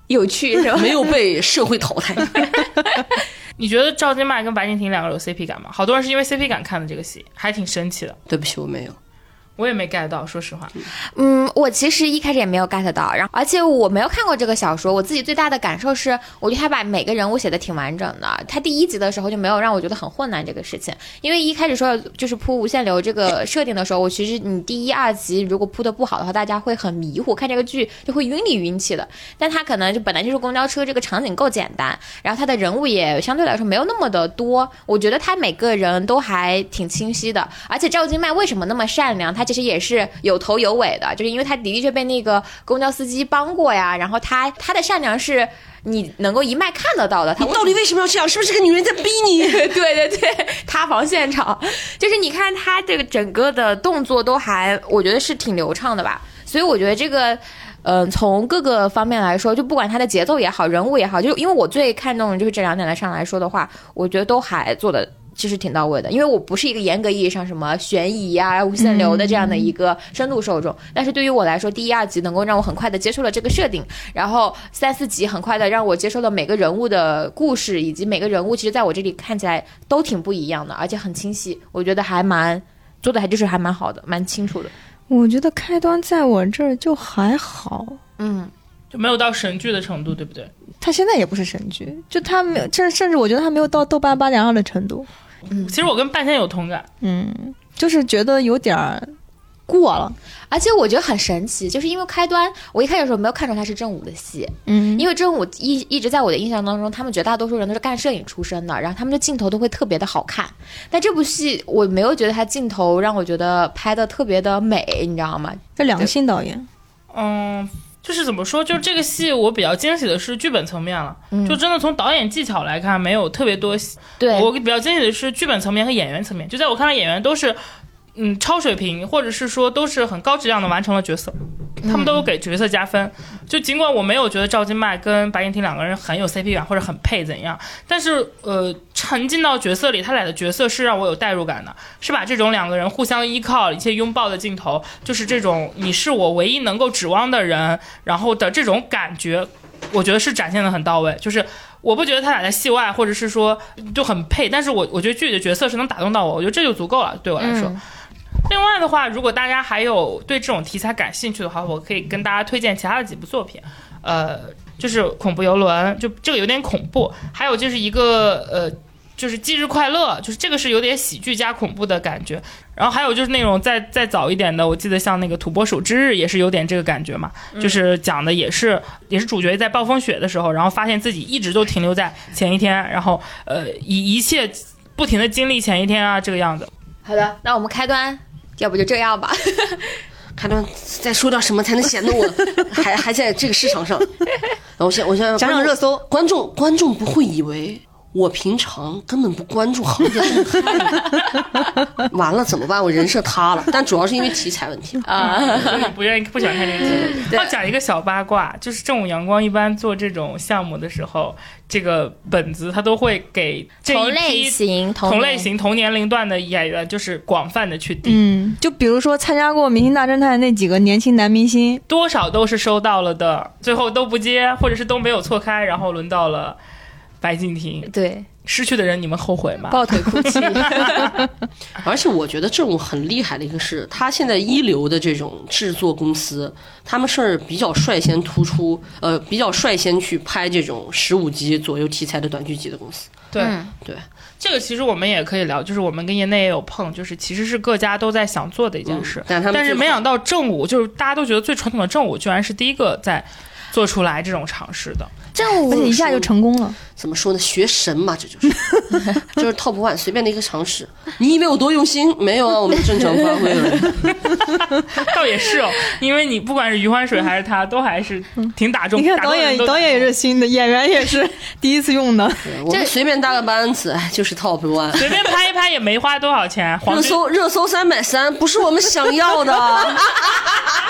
有趣是吧？ 没有被社会淘汰。 你觉得赵今麦跟白敬亭两个人有 CP 感吗？好多人是因为 CP 感看的这个戏，还挺生气的。 对不起，我没有。 我也没 get 到，说实话。 我其实一开始也没有 get 到，然后而且我没有看过这个小说，我自己最大的感受是，我觉得他把每个人物写的挺完整的。他第1集的时候就没有让我觉得很混乱这个事情，因为一开始说就是铺无限流这个设定的时候，我其实你第1、2集如果铺的不好的话，大家会很迷糊，看这个剧就会晕里晕气的。但他可能就本来就是公交车这个场景够简单，然后他的人物也相对来说没有那么的多，我觉得他每个人都还挺清晰的。而且赵今麦为什么那么善良，他其实也是有头有尾的，就是因为他的确被那个公交司机帮过呀，然后他的善良是你能够一脉看得到的。 你到底为什么要这样？是不是这个女人在逼你？ 对对对，塌房现场，就是你看他这个整个的动作都还，我觉得是挺流畅的吧。所以我觉得这个从各个方面来说，就不管他的节奏也好，人物也好，就因为我最看重就是这2点上来说的话，我觉得都还做的其实挺到位的。因为我不是一个严格意义上什么悬疑啊、无限流的这样的一个深度受众，但是对于我来说，第1、2集能够让我很快的接受了这个设定，然后3、4集很快的让我接受了每个人物的故事，以及每个人物其实在我这里看起来都挺不一样的，而且很清晰，我觉得还蛮做的，还蛮好的，蛮清楚的。 我觉得开端在我这儿就还好， 就没有到神剧的程度，对不对？ 他现在也不是神剧，就他没有，甚至我觉得他没有到豆瓣8.2的程度。 其实我跟半仙有同感， 就是觉得有点过了。 而且我觉得很神奇，就是因为开端我一开始的时候没有看出它是正午的戏，因为正午一直在我的印象当中，他们绝大多数人都是干摄影出身的，然后他们的镜头都会特别的好看，但这部戏我没有觉得它镜头让我觉得拍的特别的美，你知道吗？ 这2个新导演， 就是怎么说，就这个戏我比较惊喜的是剧本层面了，就真的从导演技巧来看没有特别多， 对， 我比较惊喜的是剧本层面和演员层面，就在我看来演员都是超水平，或者是说都是很高质量的完成了角色，他们都有给角色加分。就尽管我没有觉得赵今麦跟白敬亭两个人很有 CP 感或者很配怎样，但是沉浸到角色里，他俩的角色是让我有代入感的，是把这种两个人互相依靠、一切拥抱的镜头，就是这种你是我唯一能够指望的人，然后的这种感觉，我觉得是展现的很到位。就是我不觉得他俩在戏外或者是说就很配，但是我觉得剧里的角色是能打动到我，我觉得这就足够了，对我来说。另外的话，如果大家还有对这种题材感兴趣的话，我可以跟大家推荐其他的几部作品，就是恐怖游轮，就这个有点恐怖，还有就是一个就是忌日快乐，就是这个是有点喜剧加恐怖的感觉，然后还有就是那种再早一点的，我记得像那个土拨鼠之日也是有点这个感觉嘛，就是讲的也是主角在暴风雪的时候，然后发现自己一直都停留在前一天，然后以一切不停的经历前一天啊这个样子。 好的，那我们开端要不就这样吧。 开端再说点什么才能显得我还在这个市场上？我先讲讲热搜， 观众不会以为我平常根本不关注行业动态，完了怎么办？我人设塌了。但主要是因为题材问题啊，不喜欢看这个题材。要讲一个小八卦，就是正午阳光一般做这种项目的时候，这个本子他都会给这一批同类型同年龄段的演员，就是广泛的去递。 就比如说参加过《明星大侦探》那几个年轻男明星， 多少都是收到了的，最后都不接，或者是都没有错开，然后轮到了白敬亭。 对， 失去的人你们后悔吗？ 抱腿哭泣。 而且我觉得这种很厉害的一个是，他现在一流的这种制作公司，他们是比较率先突出，比较率先去拍这种15集左右题材的短剧集的公司。 对、 对， 这个其实我们也可以聊，就是我们跟业内也有碰，就是其实是各家都在想做的一件事，但是没想到正午就是大家都觉得最传统的正午，居然是第一个在做出来这种尝试的。 正午而且一下就成功了。 怎么说呢？学神嘛，这就是 top one 随便的一个尝试。你以为我多用心？没有啊，我们正常发挥了。 倒也是哦，因为你不管是余欢水还是他，都还是挺打中。 你看导演也是新的，演员也是第一次用的。 我们随便搭个班子，就是 top one。 随便拍一拍也没花多少钱。 热搜330，不是我们想要的。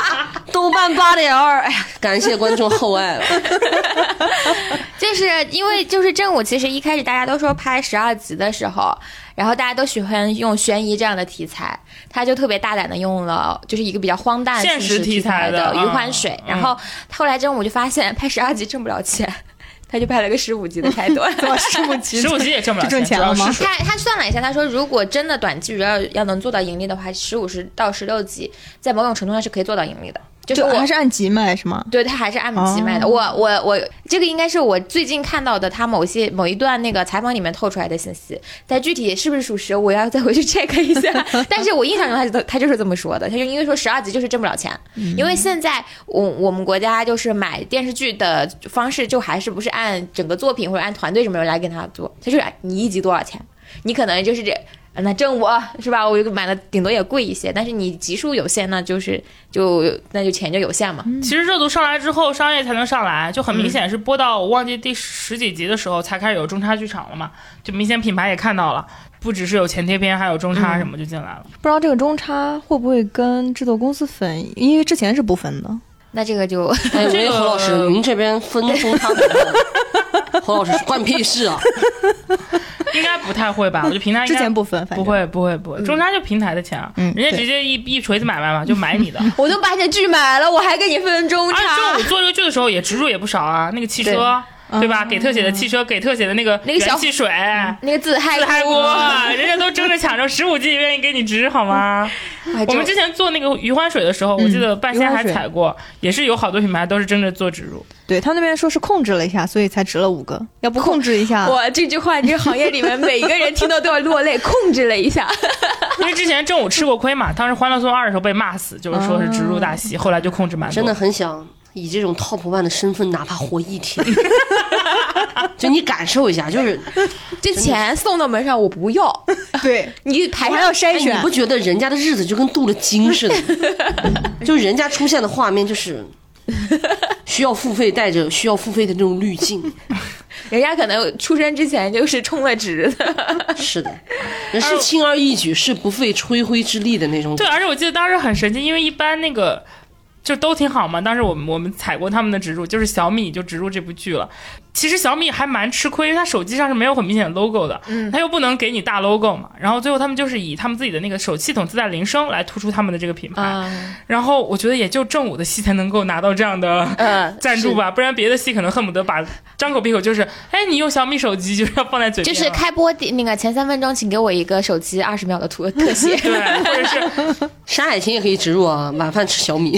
豆瓣8.2，哎呀，感谢观众厚爱了。 就是因为就是正午，其实一开始大家都说拍12集的时候，然后大家都喜欢用悬疑这样的题材，他就特别大胆的用了就是一个比较荒诞现实题材的余欢水，然后后来正午就发现拍12集挣不了钱。他就拍了个15集的开端 ，15 集也挣不了钱了吗？ 他算了一下，他说如果真的短剧要能做到盈利的话，15到16集，在某种程度上是可以做到盈利的。就是还是按集卖是吗？ 对，他还是按集卖的。我这个应该是我最近看到的他某一段那个采访里面透出来的信息，但具体是不是属实，我要再回去 check 一下。但是我印象中他就是这么说的，他就因为说12集就是挣不了钱，因为现在我们国家就是买电视剧的方式就还是不是按整个作品或者按团队什么来跟他做，他就是你1集多少钱，你可能就是那正午是吧？我买的顶多也贵一些，但是你集数有限，那就钱就有限嘛。 其实热度上来之后，商业才能上来，就很明显是播到我忘记第10几集的时候才开始有中插剧场了嘛，就明显品牌也看到了，不只是有前贴片，还有中插什么就进来了。 不知道这个中插会不会跟制作公司分，因为之前是不分的。 那这个就哎，我跟侯老师，您这边分中插侯老师关屁事啊！ 应该不太会吧？我觉得平台之前不分， 不会，中插就平台的钱啊，人家直接一锤子买卖嘛，就买你的。 我都把你的剧买了，我还给你分中插。 正午做这个剧的时候也植入也不少啊，那个汽车。对吧？给特写的汽车，给特写的那个元气水， 那个自嗨锅，人家都争着抢着15集也愿意给你植好吗？我们之前做那个余欢水的时候，我记得半仙还踩过，也是有好多品牌都是争着做植入。 对他那边说是控制了一下，所以才植了5个，要不控制一下， 哇，这句话这个行业里面每一个人听到都要落泪。控制了一下， 因为之前正午吃过亏嘛，当时《欢乐颂2》的时候被骂死，就是说是植入大戏，后来就控制蛮多。 真的很想以这种 top one 的身份，哪怕活一天，就你感受一下，就是这钱送到门上我不要， 对你排还要筛选， 你不觉得人家的日子就跟镀了金似的？就人家出现的画面就是需要付费，带着需要付费的那种滤镜。 人家可能出生之前就是充了值的。 是的，人是轻而易举，是不费吹灰之力的那种。 对，而且我记得当时很神奇，因为一般那个就都挺好嘛。当时我们踩过他们的植入，就是小米就植入这部剧了。其实小米还蛮吃亏，因为它手机上是没有很明显的 logo 的，它又不能给你大 logo 嘛。然后最后他们就是以他们自己的那个手系统自带铃声来突出他们的这个品牌。然后我觉得也就正午的戏才能够拿到这样的赞助吧，不然别的戏可能恨不得把张口闭口就是哎你用小米手机就是要放在嘴边， 就是开播那个前3分钟请给我一个手机20秒的特写。 对，或者是山海情也可以植入啊，晚饭吃小米。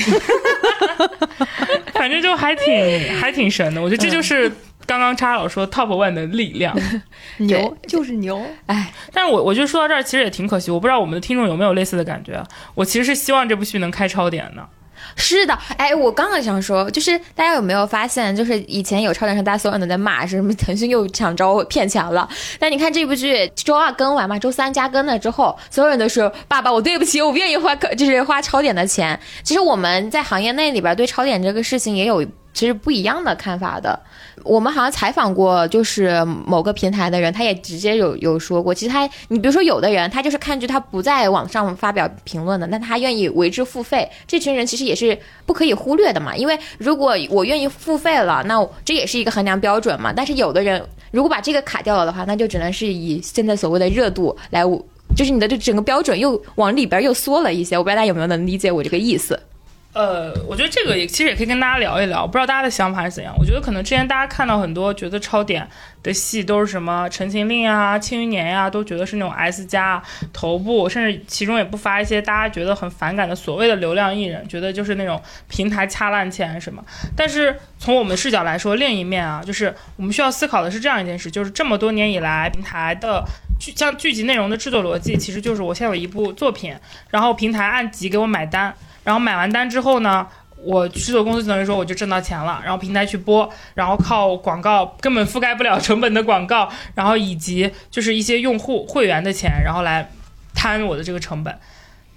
反正就还挺神的，我觉得这就是刚刚叉老说 top one 的力量。 牛就是牛。 哎， 但是我觉得说到这儿其实也挺可惜，我不知道我们的听众有没有类似的感觉。我其实是希望这部剧能开超点的。 是的，哎，我刚刚想说，就是大家有没有发现，就是以前有超点时，大家所有人都在骂，是什么腾讯又抢着骗钱了。但你看这部剧周2更完嘛，周3加更了之后，所有人都说爸爸，我对不起，我不愿意花超点的钱。其实我们在行业内里边对超点这个事情也有其实不一样的看法的。我们好像采访过就是某个平台的人，他也直接有说过，其实你比如说有的人他就是看剧他不在网上发表评论的，但他愿意为之付费，这群人其实也是不可以忽略的嘛。因为如果我愿意付费了，那这也是一个衡量标准嘛。但是有的人如果把这个卡掉了的话，那就只能是以现在所谓的热度来，就是你的整个标准又往里边又缩了一些。我不知道大家有没有能理解我这个意思。 我觉得这个其实也可以跟大家聊一聊，不知道大家的想法是怎样。我觉得可能之前大家看到很多觉得超点的戏都是什么《陈情令》啊、《庆余年》呀，都觉得是那种 S 加头部，甚至其中也不乏一些大家觉得很反感的所谓的流量艺人，觉得就是那种平台掐烂钱什么。但是从我们视角来说，另一面啊，就是我们需要思考的是这样一件事，就是这么多年以来平台的像剧集内容的制作逻辑，其实就是我现在有一部作品，然后平台按集给我买单，然后买完单之后呢，我制作公司等于说我就挣到钱了，然后平台去播，然后靠广告根本覆盖不了成本的广告，然后以及就是一些用户会员的钱，然后来摊我的这个成本。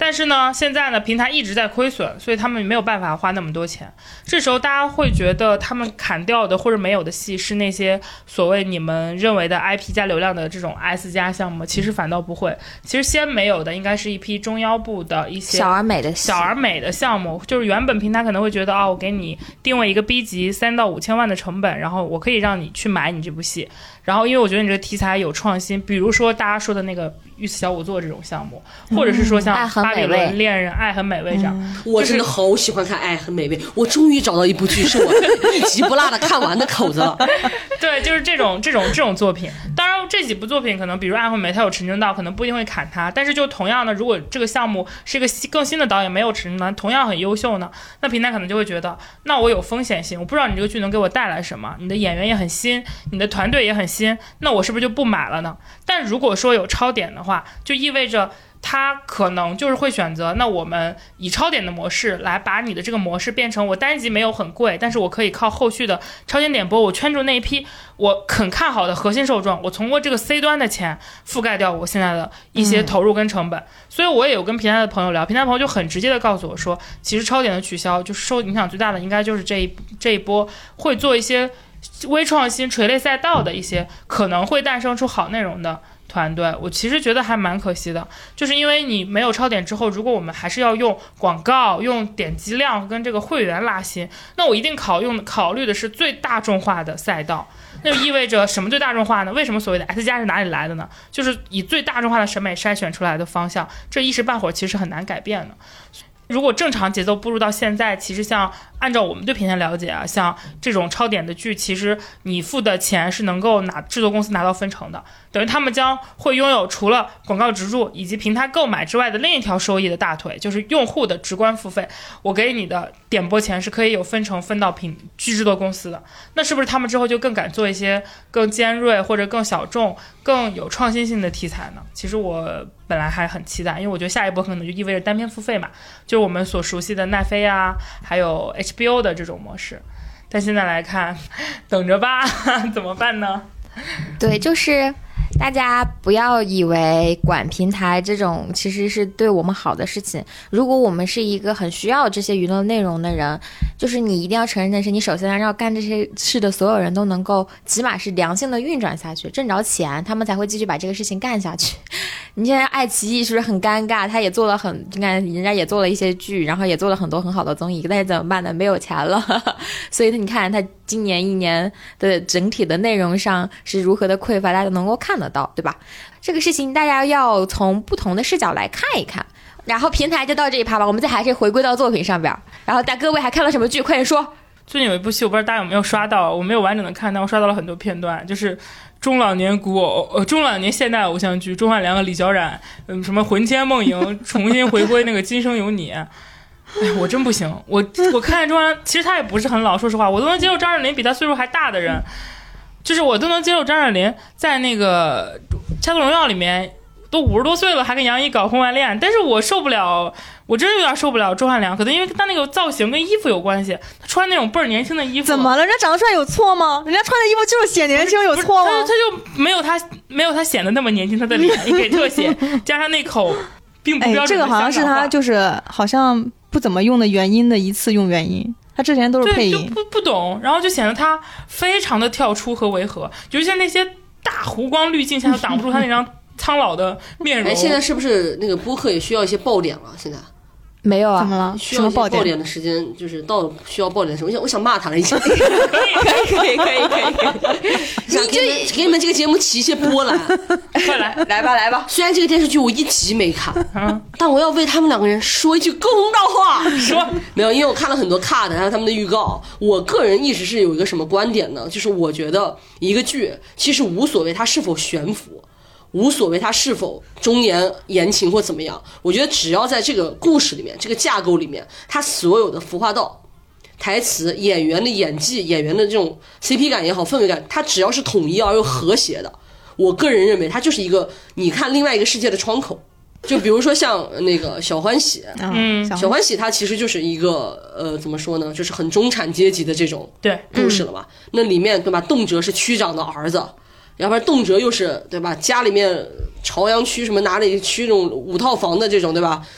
但是呢，现在呢，平台一直在亏损，所以他们没有办法花那么多钱。这时候大家会觉得他们砍掉的或者没有的戏是那些所谓你们认为的 IP 加流量的这种 S 加项目，其实反倒不会。其实先没有的应该是一批中腰部的一些小而美的项目， 就是原本平台可能会觉得我给你定位一个 B 级3到5千万的成本，然后我可以让你去买你这部戏。然后因为我觉得你这个题材有创新，比如说大家说的那个御赐小仵作这种项目，或者是说像巴比伦恋人爱很美味这样， 我真的好喜欢看爱很美味，我终于找到一部剧是我一集不落的看完的口子了。 对，就是这种作品。当然这几部作品可能比如爱很美它有陈正道，可能不一定会砍它，但是就同样的，如果这个项目是一个更新的导演，没有陈正道同样很优秀呢，那平台可能就会觉得那我有风险性，我不知道你这个剧能给我带来什么，你的演员也很新，你的团队也很新，那我是不是就不买了呢？但如果说有超点的话，就意味着他可能就是会选择，那我们以超点的模式来把你的这个模式变成我单集没有很贵，但是我可以靠后续的超前点播，我圈住那一批我很看好的核心受众，我通过这个 C 端的钱覆盖掉我现在的一些投入跟成本。所以我也有跟平台的朋友聊，平台朋友就很直接的告诉我说，其实超点的取消就是受影响最大的应该就是这一波会做一些微创新垂类赛道的一些可能会诞生出好内容的团队。我其实觉得还蛮可惜的，就是因为你没有超点之后，如果我们还是要用广告用点击量跟这个会员拉新，那我一定考虑的是最大众化的赛道。那就意味着什么最大众化呢？为什么所谓的 S 加是哪里来的呢？就是以最大众化的审美筛选出来的方向，这一时半会儿其实很难改变的。如果正常节奏步入到现在，其实像按照我们对平台了解啊，像这种超点的剧，其实你付的钱是能够制作公司拿到分成的，等于他们将会拥有除了广告植入以及平台购买之外的另一条收益的大腿，就是用户的直观付费。我给你的点播钱是可以有分成分到剧制作公司的，那是不是他们之后就更敢做一些更尖锐或者更小众更有创新性的题材呢？其实我本来还很期待，因为我觉得下一波可能就意味着单片付费嘛，就是我们所熟悉的奈飞啊还有 HBO 的这种模式。但现在来看等着吧怎么办呢？ 对，就是大家不要以为管平台这种其实是对我们好的事情。如果我们是一个很需要这些娱乐内容的人，就是你一定要承认的是，你首先要干这些事的所有人都能够起码是良性的运转下去，挣着钱，他们才会继续把这个事情干下去。你现在爱奇艺是不是很尴尬？他也做了你看人家也做了一些剧，然后也做了很多很好的综艺，但是怎么办呢？没有钱了所以你看他今年一年的整体的内容上是如何的匮乏，大家都能够看得到，对吧？这个事情大家要从不同的视角来看一看。然后平台就到这一趴吧，我们再还是回归到作品上边。然后各位还看了什么剧？快点说。 最近有一部戏，我不知道大家有没有刷到，我没有完整的看，但我刷到了很多片段，就是中老年中老年现代偶像剧，钟汉良和李小冉，什么魂牵梦萦，重新回归那个今生有你。哎，我真不行，我看钟汉良，其实他也不是很老，说实话，我都能接受张智霖比他岁数还大的人，就是我都能接受张智霖在那个《家族荣耀》里面都50多岁了还跟杨一搞婚外恋，但是我受不了，我真的有点受不了钟汉良，可能因为他那个造型跟衣服有关系，他穿那种倍儿年轻的衣服。 怎么了？人家长得帅有错吗？人家穿的衣服就是显年轻，有错吗？ 他就没有他显得那么年轻，他的脸一给特写，加上那口并不标准的香港话。 这个好像是他就是好像不怎么用的原因的一次用原因。他之前都是配音， 就不懂，然后就显得他非常的跳出和违和，就是像那些大弧光滤镜下都挡不住他那张苍老的面容。 现在是不是那个播客也需要一些爆点了？现在没有啊？ 怎么了？ 需要一些爆点的时间，就是到了需要爆点的时候，我想骂他了已经。可以， 想给你们这个节目起一些波澜。 快来吧！ 虽然这个电视剧我一集没看，但我要为他们两个人说一句公道话。 说没有，因为我看了很多 cut， 还有他们的预告。我个人一直是有一个什么观点呢？就是我觉得一个剧其实无所谓它是否悬浮。无所谓它是否忠言言情或怎么样，我觉得只要在这个故事里面，这个架构里面，它所有的服化道、台词、演员的演技、演员的这种 CP 感也好、氛围感，它只要是统一而又和谐的，我个人认为它就是一个你看另外一个世界的窗口。就比如说像那个小欢喜，小欢喜它其实就是一个怎么说呢，就是很中产阶级的这种故事了嘛。那里面对吧，动辄是区长的儿子。要不然动辄又是对吧，家里面朝阳区什么哪里区这种5套房的这种对吧，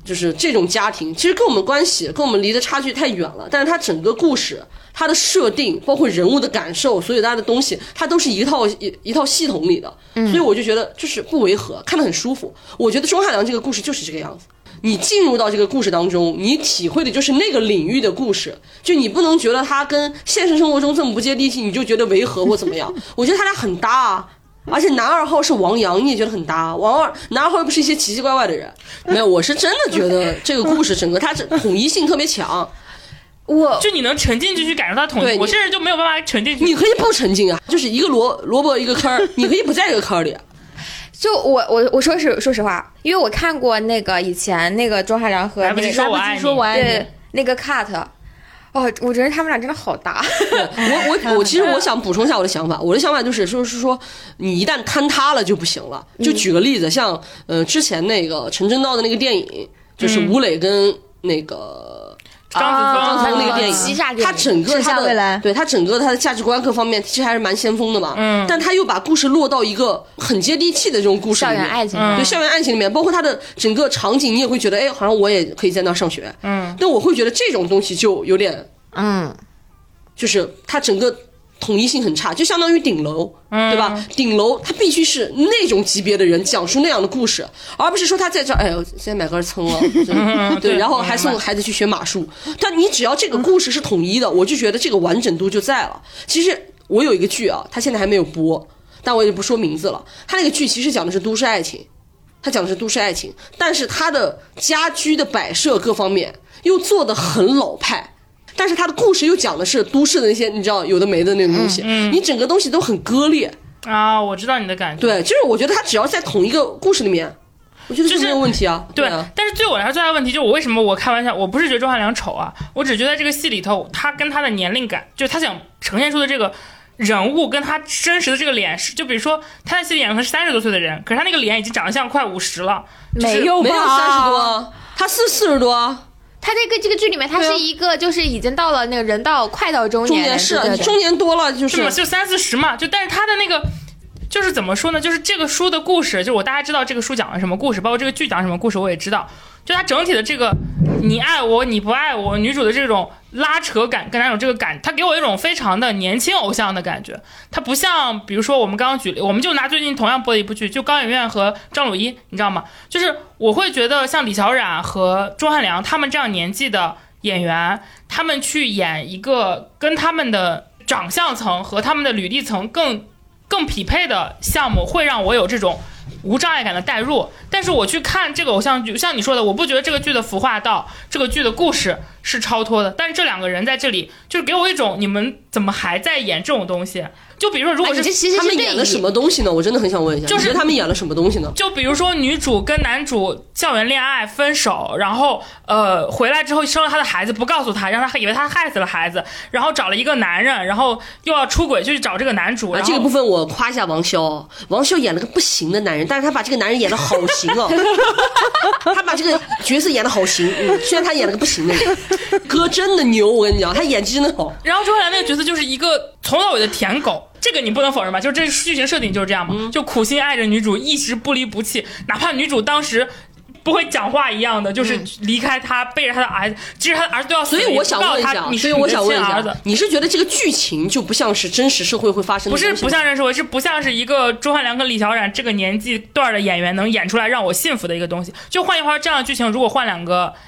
就是这种家庭其实跟我们关系跟我们离的差距太远了，但是它整个故事它的设定包括人物的感受所有大的东西它都是一套系统里的，所以我就觉得就是不违和，看得很舒服。我觉得钟汉良这个故事就是这个样子，你进入到这个故事当中，你体会的就是那个领域的故事，就你不能觉得它跟现实生活中这么不接地气你就觉得违和或怎么样。我觉得他俩很搭啊，而且男二号是王阳，你也觉得很搭。男二号又不是一些奇奇怪怪的人，没有，我是真的觉得这个故事整个它统一性特别强。 就你能沉浸进去感受它统一，我甚至就没有办法沉浸进去。 你可以不沉浸啊，就是一个萝卜一个坑，你可以不在这个坑里。 就我说实话，因为我看过那个以前那个钟汉良和那个说我爱你那个 cut。我觉得他们俩真的好搭。 我其实我想补充一下我的想法，我的想法就是说你一旦坍塌了就不行了。就举个例子，像之前那个陈正道的那个电影，就是吴磊跟那个张子枫那个电影，他整个他的对他整个他的价值观各方面其实还是蛮先锋的嘛。但他又把故事落到一个很接地气的这种故事里面， 校园爱情， 对校园爱情里面，包括他的整个场景，你也会觉得哎，好像我也可以在那上学。但我会觉得这种东西就有点就是它整个统一性很差，就相当于顶楼，对吧？顶楼它必须是那种级别的人讲述那样的故事，而不是说他在这哎呦现在买根蹭了，对，然后还送孩子去学马术。但你只要这个故事是统一的，我就觉得这个完整度就在了。其实我有一个剧啊，它现在还没有播，但我也不说名字了。它那个剧其实讲的是都市爱情，但是它的家居的摆设各方面又做得很老派。但是他的故事又讲的是都市的那些你知道有的没的那种东西，你整个东西都很割裂啊。我知道你的感觉， 对，就是我觉得他只要在同一个故事里面，我觉得就没有问题啊。 对啊，但是对我来说最大的问题就是我为什么我开玩笑，我不是觉得钟汉良丑啊，我只觉得这个戏里头他跟他的年龄感，就是他想呈现出的这个人物跟他真实的这个脸是，就比如说他在戏里演的是30多岁的人，可是他那个脸已经长得像快50了， 没有吧？ 没有30多，他是40多。 他这个剧里面，他是一个就是已经到了那个人到快到中年， 是中年多了，就是就30-40嘛，就但是他的那个就是怎么说呢？就是这个书的故事，就大家知道这个书讲了什么故事，包括这个剧讲什么故事，我也知道。就它整体的这个你爱我你不爱我女主的这种拉扯感跟男主这个感，它给我一种非常的年轻偶像的感觉。它不像比如说我们刚刚举例，我们就拿最近同样播的一部剧，就高圆圆和张鲁一，你知道吗？就是我会觉得像李小冉和钟汉良他们这样年纪的演员，他们去演一个跟他们的长相层和他们的履历层更匹配的项目，会让我有这种无障碍感的代入。但是我去看这个偶像剧，像你说的，我不觉得这个剧的服化道，这个剧的故事是超脱的，但是这两个人在这里就是给我一种你们怎么还在演这种东西。就比如说如果是他们演了什么东西呢？我真的很想问一下，就是他们演了什么东西呢？ 就比如说女主跟男主校园恋爱分手，然后回来之后生了他的孩子，不告诉他，让他以为他害死了孩子，然后找了一个男人，然后又要出轨，就去找这个男主。 这个部分我夸一下王骁，王骁演了个不行的男人，但是他把这个男人演得好行哦，他把这个角色演得好行，虽然他演了个不行的人，哥真的牛，我跟你讲，他演技真的好。 然后钟汉良那个角色就是一个从头到尾的舔狗。这个你不能否认吧？就是这剧情设定就是这样嘛，就苦心爱着女主，一直不离不弃，哪怕女主当时不会讲话一样的，就是离开他，背着他的儿子，即使他的儿子都要死， 所以我想问一下，你是觉得这个剧情就不像是真实社会会发生的？ 不是不像真实社会，是不像是一个钟汉良跟李小冉这个年纪段的演员能演出来让我信服的一个东西。就换一话，这样的剧情如果换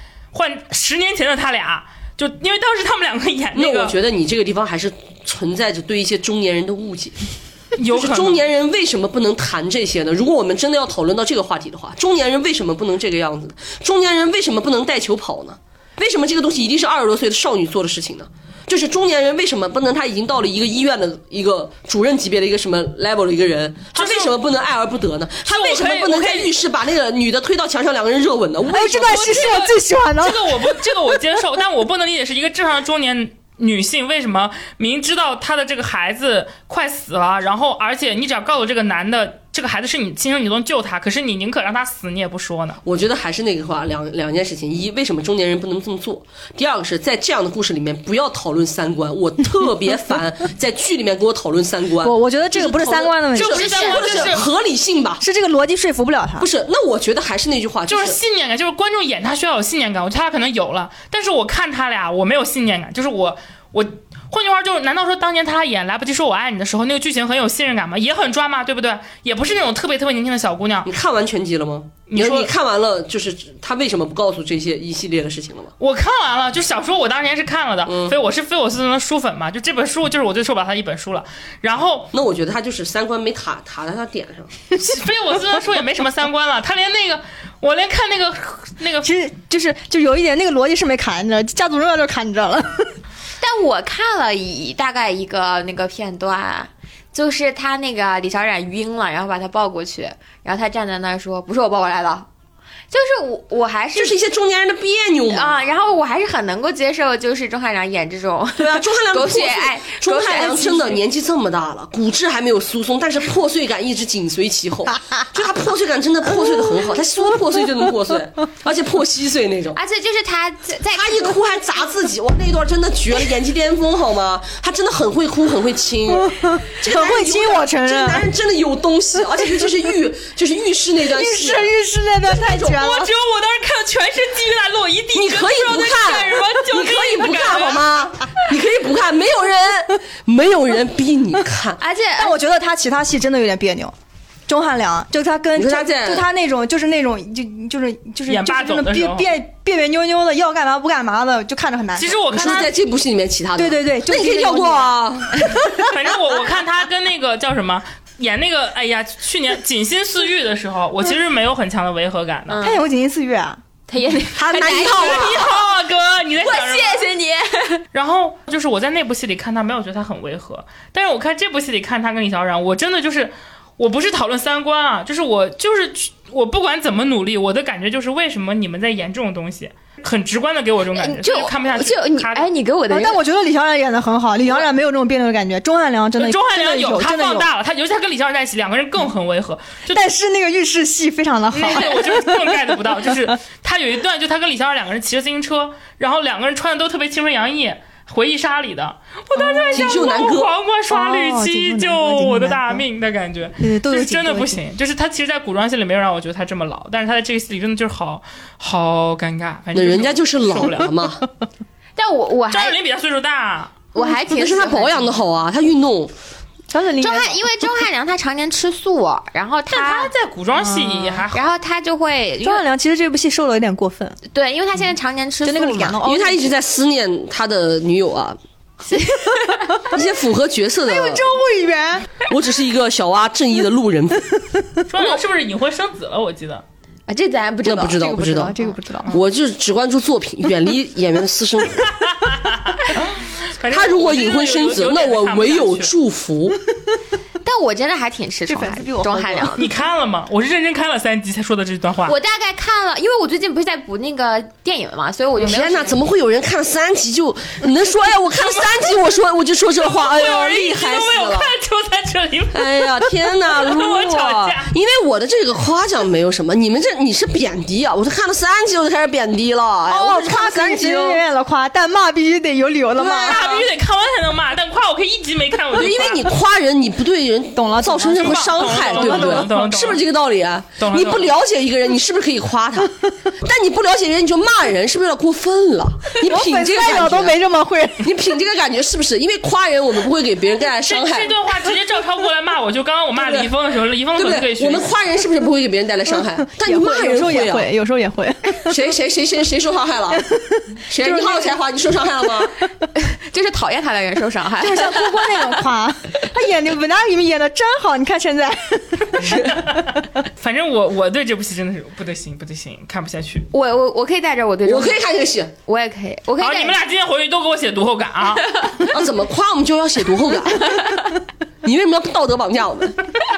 10年前的他俩。就因为当时他们两个演那我觉得你这个地方还是存在着对一些中年人的误解。 有可能就是中年人为什么不能谈这些呢？如果我们真的要讨论到这个话题的话，中年人为什么不能这个样子呢？中年人为什么不能带球跑呢？为什么这个东西一定是20多岁的少女做的事情呢？就是中年人为什么不能他已经到了一个医院的一个主任级别的一个什么 level 的一个人，他为什么不能爱而不得呢？他为什么不能在浴室把那个女的推到墙上两个人热吻呢？ 这段戏是我最喜欢的。 这个我接受，但我不能理解是一个正常的中年女性为什么明知道她的这个孩子快死了，然后而且你只要告诉这个男的这个孩子是你亲生，你都能救他，可是你宁可让他死，你也不说呢。 我觉得还是那个话，两件事情：一，为什么中年人不能这么做？第二个是在这样的故事里面不要讨论三观，我特别烦在剧里面跟我讨论三观。 我觉得这个不是三观的问题， 这不是三观， 就是合理性吧？ 是这个逻辑说服不了他。 不是，那我觉得还是那句话， 就是信念感，就是观众演他需要有信念感，我觉得他可能有了，但是我看他俩我没有信念感，就是我换句话就是，难道说当年他演《来不及说我爱你》的时候，那个剧情很有信任感吗？也很抓嘛，对不对？也不是那种特别年轻的小姑娘。 你看完全集了吗？你看完了，就是他为什么不告诉这些一系列的事情了吗？ 我看完了，就小说我当年是看了的，所以我是菲尔斯顿的书粉嘛，就这本书就是我最受不了他的一本书了。然后， 那我觉得他就是三观没塔在他点上。 菲尔斯顿的书也没什么三观了，他连那个。我连看那个， 其实就有一点那个逻辑是没卡，你知道，家族荣耀就卡你这了。 但我看了大概一个那个片段，就是他那个李小冉晕了，然后把他抱过去，然后他站在那儿说：“不是我抱过来的。”就是我还是就是一些中年人的别扭嘛啊，然后我还是很能够接受，就是钟汉良演这种对啊，钟汉良狗血爱， 钟汉良真的年纪这么大了，骨质还没有疏松，但是破碎感一直紧随其后，就他破碎感真的破碎的很好，他说破碎就能破碎，而且破稀碎那种， 而且就是他一哭还砸自己，哇，那段真的绝了，演技巅峰好吗？他真的很会哭，很会亲， 很会亲，我承认， 这个男人真的有东西，而且尤其是浴室那段戏， 浴室那段太绝了。 我只有我当时看的全是鸡鱼蛋落一地， 你可以不看，你可以不看好吗？你可以不看，没有人逼你看。 而且， 但我觉得他其他戏真的有点别扭。钟汉良就他跟就他那种就是演霸总的时候别扭扭的，要干嘛不干嘛的，就看着很难。 其实我看他在这部戏里面其他的， 对， 那你可以跳过啊。 反正我看他跟那个叫什么。演那个，哎呀，去年《锦心似玉》的时候，我其实没有很强的违和感的。 他演过《锦心似玉》啊， 他演他男一号啊，哥，你在想什么？ 谢谢你。 然后就是我在那部戏里看他，没有觉得他很违和，但是我看这部戏里看他跟李小冉，我真的就是，我不是讨论三观啊，就是我不管怎么努力，我的感觉就是为什么你们在演这种东西。很直观的给我这种感觉，就看不下去。 你给我的， 但我觉得李小冉演的很好，李小冉没有这种别扭的感觉。钟汉良真的， 钟汉良有，他放大了，他尤其他跟李小冉在一起，两个人更很违和。 但是那个浴室戏非常的好， 我就是更 get 不到，就是他有一段，就他跟李小冉两个人骑着自行车，然后两个人穿的都特别青春洋溢。回忆杀里的，我当时在想，黄瓜刷绿漆救我的大命的感觉，就是真的不行。就是他其实，在古装戏里没有让我觉得他这么老，但是他在这个戏里真的就是好尴尬。反正人家就是老了嘛。 但我张智霖比他岁数大， 我还挺。 但是他保养的好啊，他运动。 因为钟汉良他常年吃素，然后他在古装戏也还好， 然后他就会钟汉良其实这部戏瘦了有点过分， 对，因为他现在常年吃素嘛， 因为他一直在思念他的女友啊，一些符合角色的。 还有周慧媛， 我只是一个小蛙正义的路人。 钟汉良是不是隐婚生子了？我记得。 啊，这咱不知道， 这个不知道。 我就只关注作品，远离演员的私生活。他如果隐婚生子，那我唯有祝福。 但我真的还挺吃钟汉良。 你看了吗？我是认真看了3集才说的这段话。 我大概看了，因为我最近不是在补那个电影嘛，所以我就没有。 天哪，怎么会有人看了3集就你能说？哎，我看了3集，我就说这话，哎呀，厉害死了！ 就在这里。 哎呀，天哪，露啊！因为我的这个夸奖没有什么，你是贬低啊！我是看了3集我就开始贬低了。 哦，夸3集了夸，但骂必须得有理由的骂， 骂必须得看完才能骂，但夸我可以1集没看我就。 因为你夸人，你不对人懂了， 造成任何伤害，对不对？是不是这个道理啊？你不了解一个人，你是不是可以夸他？但你不了解人，你就骂人，是不是有点过分了？你品这个感觉都没这么会， 你品这个感觉是不是？因为夸人，我们不会给别人带来伤害。 这段话直接照抄过来骂我，就刚刚我骂李易峰的时候，李易峰的时候可以学。 我们夸人是不是不会给别人带来伤害？但你骂人有时候也会，有时候也会。 谁受伤害了？谁？你好有才华，你受伤害了吗？ 就是讨厌他的人受伤害， 就像郭郭那种夸，他演的《文达里面演的真好，你看现在。 反正我对这部戏真的是不得行，看不下去。 我可以带着我对， 我可以看这个戏， 我也可以，我可以。 好，你们俩今天回去都给我写读后感啊！ 啊，怎么夸我们就要写读后感？你为什么要道德绑架我们？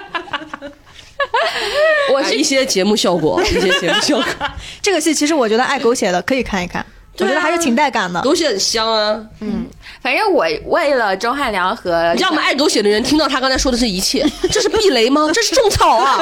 我是一些节目效果， 这个戏其实我觉得爱狗血的可以看一看。我觉得还是挺带感的， 狗血很香啊。 反正我为了钟汉良和让我们爱狗血的人听到他刚才说的这一切，这是避雷吗？这是种草啊！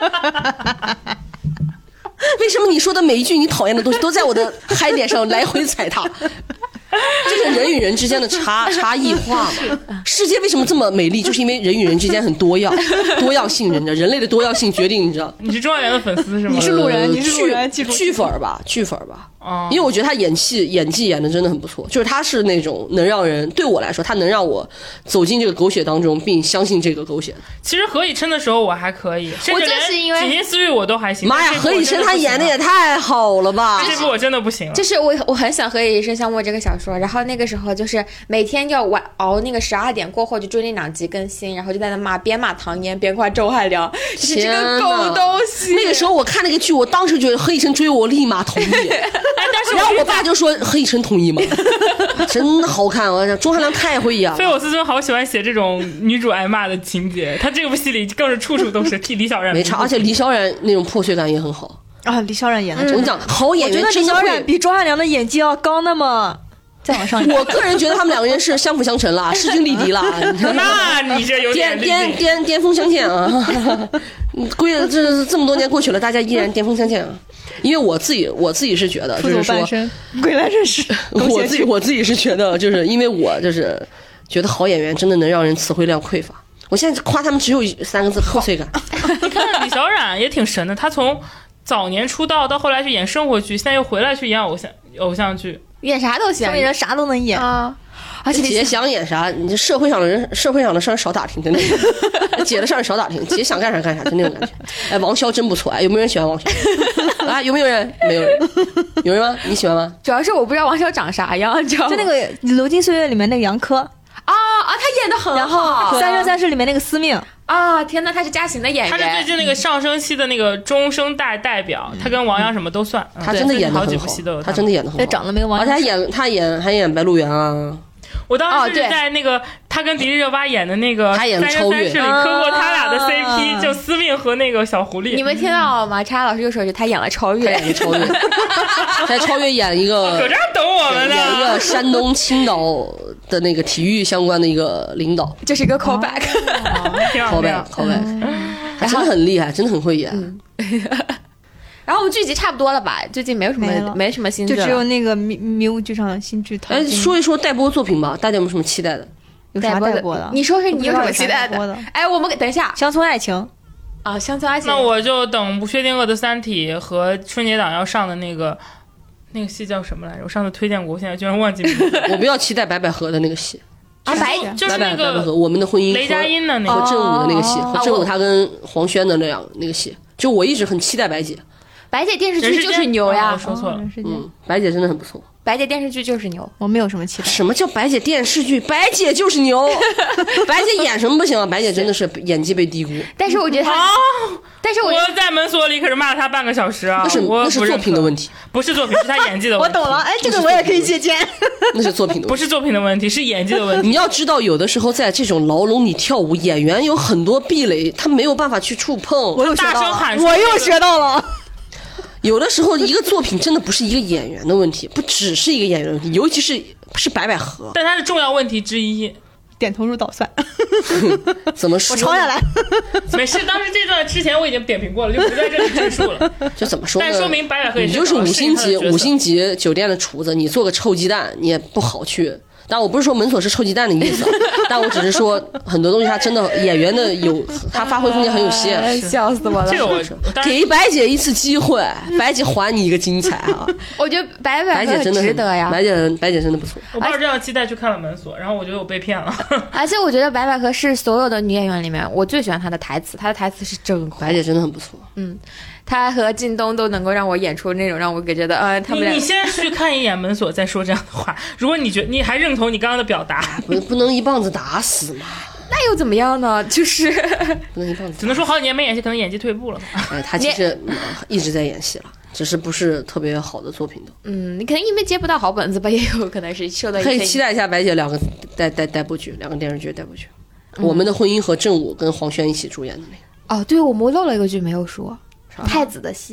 为什么你说的每一句你讨厌的东西都在我的嗨点上来回踩踏？这是人与人之间的差异化嘛？世界为什么这么美丽？就是因为人与人之间很多样性，人类的多样性决定，你知道？ 你是钟汉良的粉丝是吗？ 你是路人，你是路人，记住剧粉吧。因为我觉得他演技演的真的很不错，就是他是那种能让人对我来说，他能让我走进这个狗血当中，并相信这个狗血。 其实何以琛的时候我还可以， 我就是因为锦心似玉我都还行。 妈呀，何以琛他演的也太好了吧！ 这部我真的不行了。 就是我很喜欢《何以琛相默》这个小说，然后那个时候就是每天要熬那个12点过后就追那2集更新，然后就在那边骂唐嫣边夸周汉良，就是这个狗东西。 那个时候我看那个剧，我当时觉得何以琛追我立马同意， 但是然后我爸就说何以琛同意吗？真的好看，我钟汉良太会演了。 费我思尊好喜欢写这种女主挨骂的情节，他这部戏里更是处处都是替李小冉没差，而且李小冉那种破碎感也很好啊。李小冉演的真的， 我跟你讲，好演员真的会。 我觉得李小冉比钟汉良的演技要高那么再往上。 我个人觉得他们2个人是相辅相成啦，势均力敌啦。 那你这有点巅峰相见啊！这么多年过去了，大家依然巅峰相见啊！因为我自己是觉得，就是说， 归来认识。 我自己是觉得，就是因为我就是觉得好演员真的能让人词汇量匮乏。我现在夸他们只有3个字：破碎感。 你看李小冉也挺神的，他从早年出道到后来去演生活剧，现在又回来去演偶像剧， 演啥都行， 人啥都能演啊。而且姐想演啥，你这社会上的事少打听，真的。姐的事儿少打听，姐想干啥干啥，就那种感觉。哎，王骁真不错，哎，有没有人喜欢王骁？啊，有没有人？没有人。有人吗？你喜欢吗？ 主要是我不知道王骁长啥样，你知道吗？ 就那个《流金岁月》里面那个杨科他演的很好。 然后《三生三世》里面那个司命啊，天哪，他是嘉行的演员。 他是最近那个上升期的那个中生代表，他跟王阳什么都算。 他真的演的很好，他真的演的很好。 长得没有王阳， 而且他演白鹿原啊。 我当时是在那个他跟迪丽热巴演的那个《 他演的超越》 里磕过他俩的 CP，就司命和那个小狐狸。 你们听到了吗？叉老师又说是他演了超越， 在超越演一个搁这儿等我们呢， 演一个山东青岛的那个体育相关的一个领导， 这是一个 callback， callback，他真的很厉害，真的很会演。 然后我们剧集差不多了吧？最近没什么新剧， 就只有那个迷剧上的新剧。 哎，说一说待播作品吧，大家有没有什么期待的？ 有啥待播的？ 你说你有什么期待的？哎，我们等一下， 乡村爱情啊，乡村爱情。 那我就等不确定恶的三体和春节档要上的那个戏叫什么来着？我上次推荐过，我现在居然忘记名字。 我不要期待白百合的那个戏。 就是那个我们的婚姻雷佳音的那个和正午的那个戏，和正午他跟黄轩的那个戏，就我一直很期待白姐。 白姐电视剧就是牛呀！ 我说错了， 白姐真的很不错。 白姐电视剧就是牛， 我没有什么期待。 什么叫白姐电视剧？白姐就是牛，白姐演什么不行啊？白姐真的是演技被低估。 但是我觉得我在门锁里可是骂了她半个小时啊！ 那是作品的问题， 不是作品，是她演技的问题。 我懂了，哎，这个我也可以借鉴。 那是作品的问题， 不是作品的问题，是演技的问题。 你要知道，有的时候在这种牢笼里跳舞，演员有很多壁垒，他没有办法去触碰。 我又学到了。 有的时候，一个作品真的不是一个演员的问题，不只是一个演员的问题，尤其是白百合， 但它是重要问题之一。 点头如捣蒜， 怎么说？ 我抄下来。 没事，当时这段之前我已经点评过了，就不在这里赘述了。 就怎么说呢？ 但说明白百合也你就是五星级酒店的厨子，你做个臭鸡蛋，你也不好去。但我不是说门锁是臭鸡蛋的意思，但我只是说很多东西他真的演员的他发挥空间很有限。 笑死我了！ 这个我给白姐一次机会，白姐还你一个精彩啊！ 我觉得白姐真的值得呀， 白姐真的不错。 我抱着这样期待去看了门锁，然后我觉得我被骗了。 而且我觉得白百合是所有的女演员里面我最喜欢她的台词，她的台词是真好。 白姐真的很不错， 她和靳东都能够让我演出那种让我觉得他们俩。 你先去看一眼门锁再说这样的话。如果你觉得你还认同你刚刚的表达， 不能一棒子打死嘛。 那又怎么样呢？就是不能一棒子， 只能说好几年没演戏，可能演技退步了。 他其实一直在演戏了，只是不是特别好的作品的。 你可能因为接不到好本子吧，也有可能是受到一些。 可以期待一下白姐两个带播剧，两个电视剧带播剧。我们的婚姻和正午跟黄轩一起主演的那个。 哦，对，我们漏了一个剧没有说，太子的戏。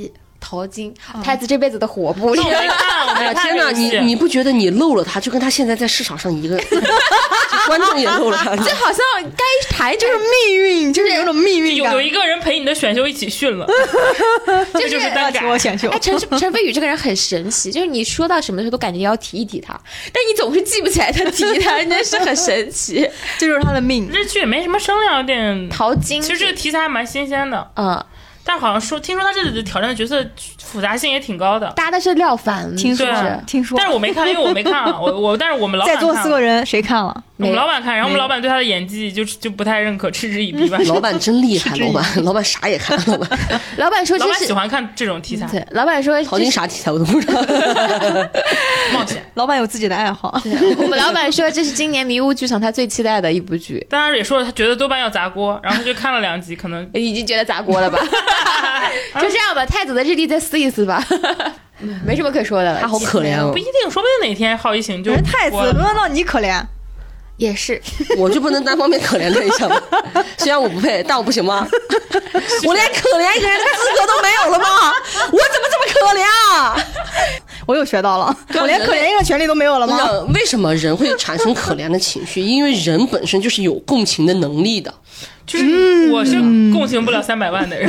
淘金，太子这辈子的活不了。 哎呀天哪，你不觉得你漏了他，就跟他现在在市场上一个观众也漏了他， 就好像该谈就是命运，就是有种命运感。 有一个人陪你的选秀一起训了，这就是单改。 我选秀。 哎，陈飞宇这个人很神奇，就是你说到什么的时候都感觉要提一提他，但你总是记不起来他提他，真的是很神奇。 这就是他的命。 日剧也没什么声量，有点淘金。 其实这个题材还蛮新鲜的，但好像听说他这里的挑战的角色复杂性也挺高的， 搭的是廖凡， 听说， 但是我没看，因为我没看啊，但是我们老板在座4个人谁看了？ 我们老板看，然后我们老板对他的演技就不太认可，嗤之以鼻吧。 老板真厉害，老板啥也看， 老板说老板喜欢看这种题材， 对，老板说淘金啥题材我都不知道， 冒险。 老板有自己的爱好。 我们老板说这是今年迷雾剧场他最期待的一部剧， 当然也说他觉得多半要砸锅，然后他就看了2集，可能已经觉得砸锅了吧。就这样吧，太子的日历再撕一撕吧。没什么可说的了， 他好可怜哦。 不一定，说不定哪天浩一醒就人太子轮到你可怜。 也是， 我就不能单方面可怜他一下吗？虽然我不配，但我不行吗？我连可怜一个人的资格都没有了吗？我怎么这么可怜啊？ 我又学到了，我连可怜一个权利都没有了吗？ 为什么人会产生可怜的情绪？因为人本身就是有共情的能力的。 就是我是共情不了300万的人。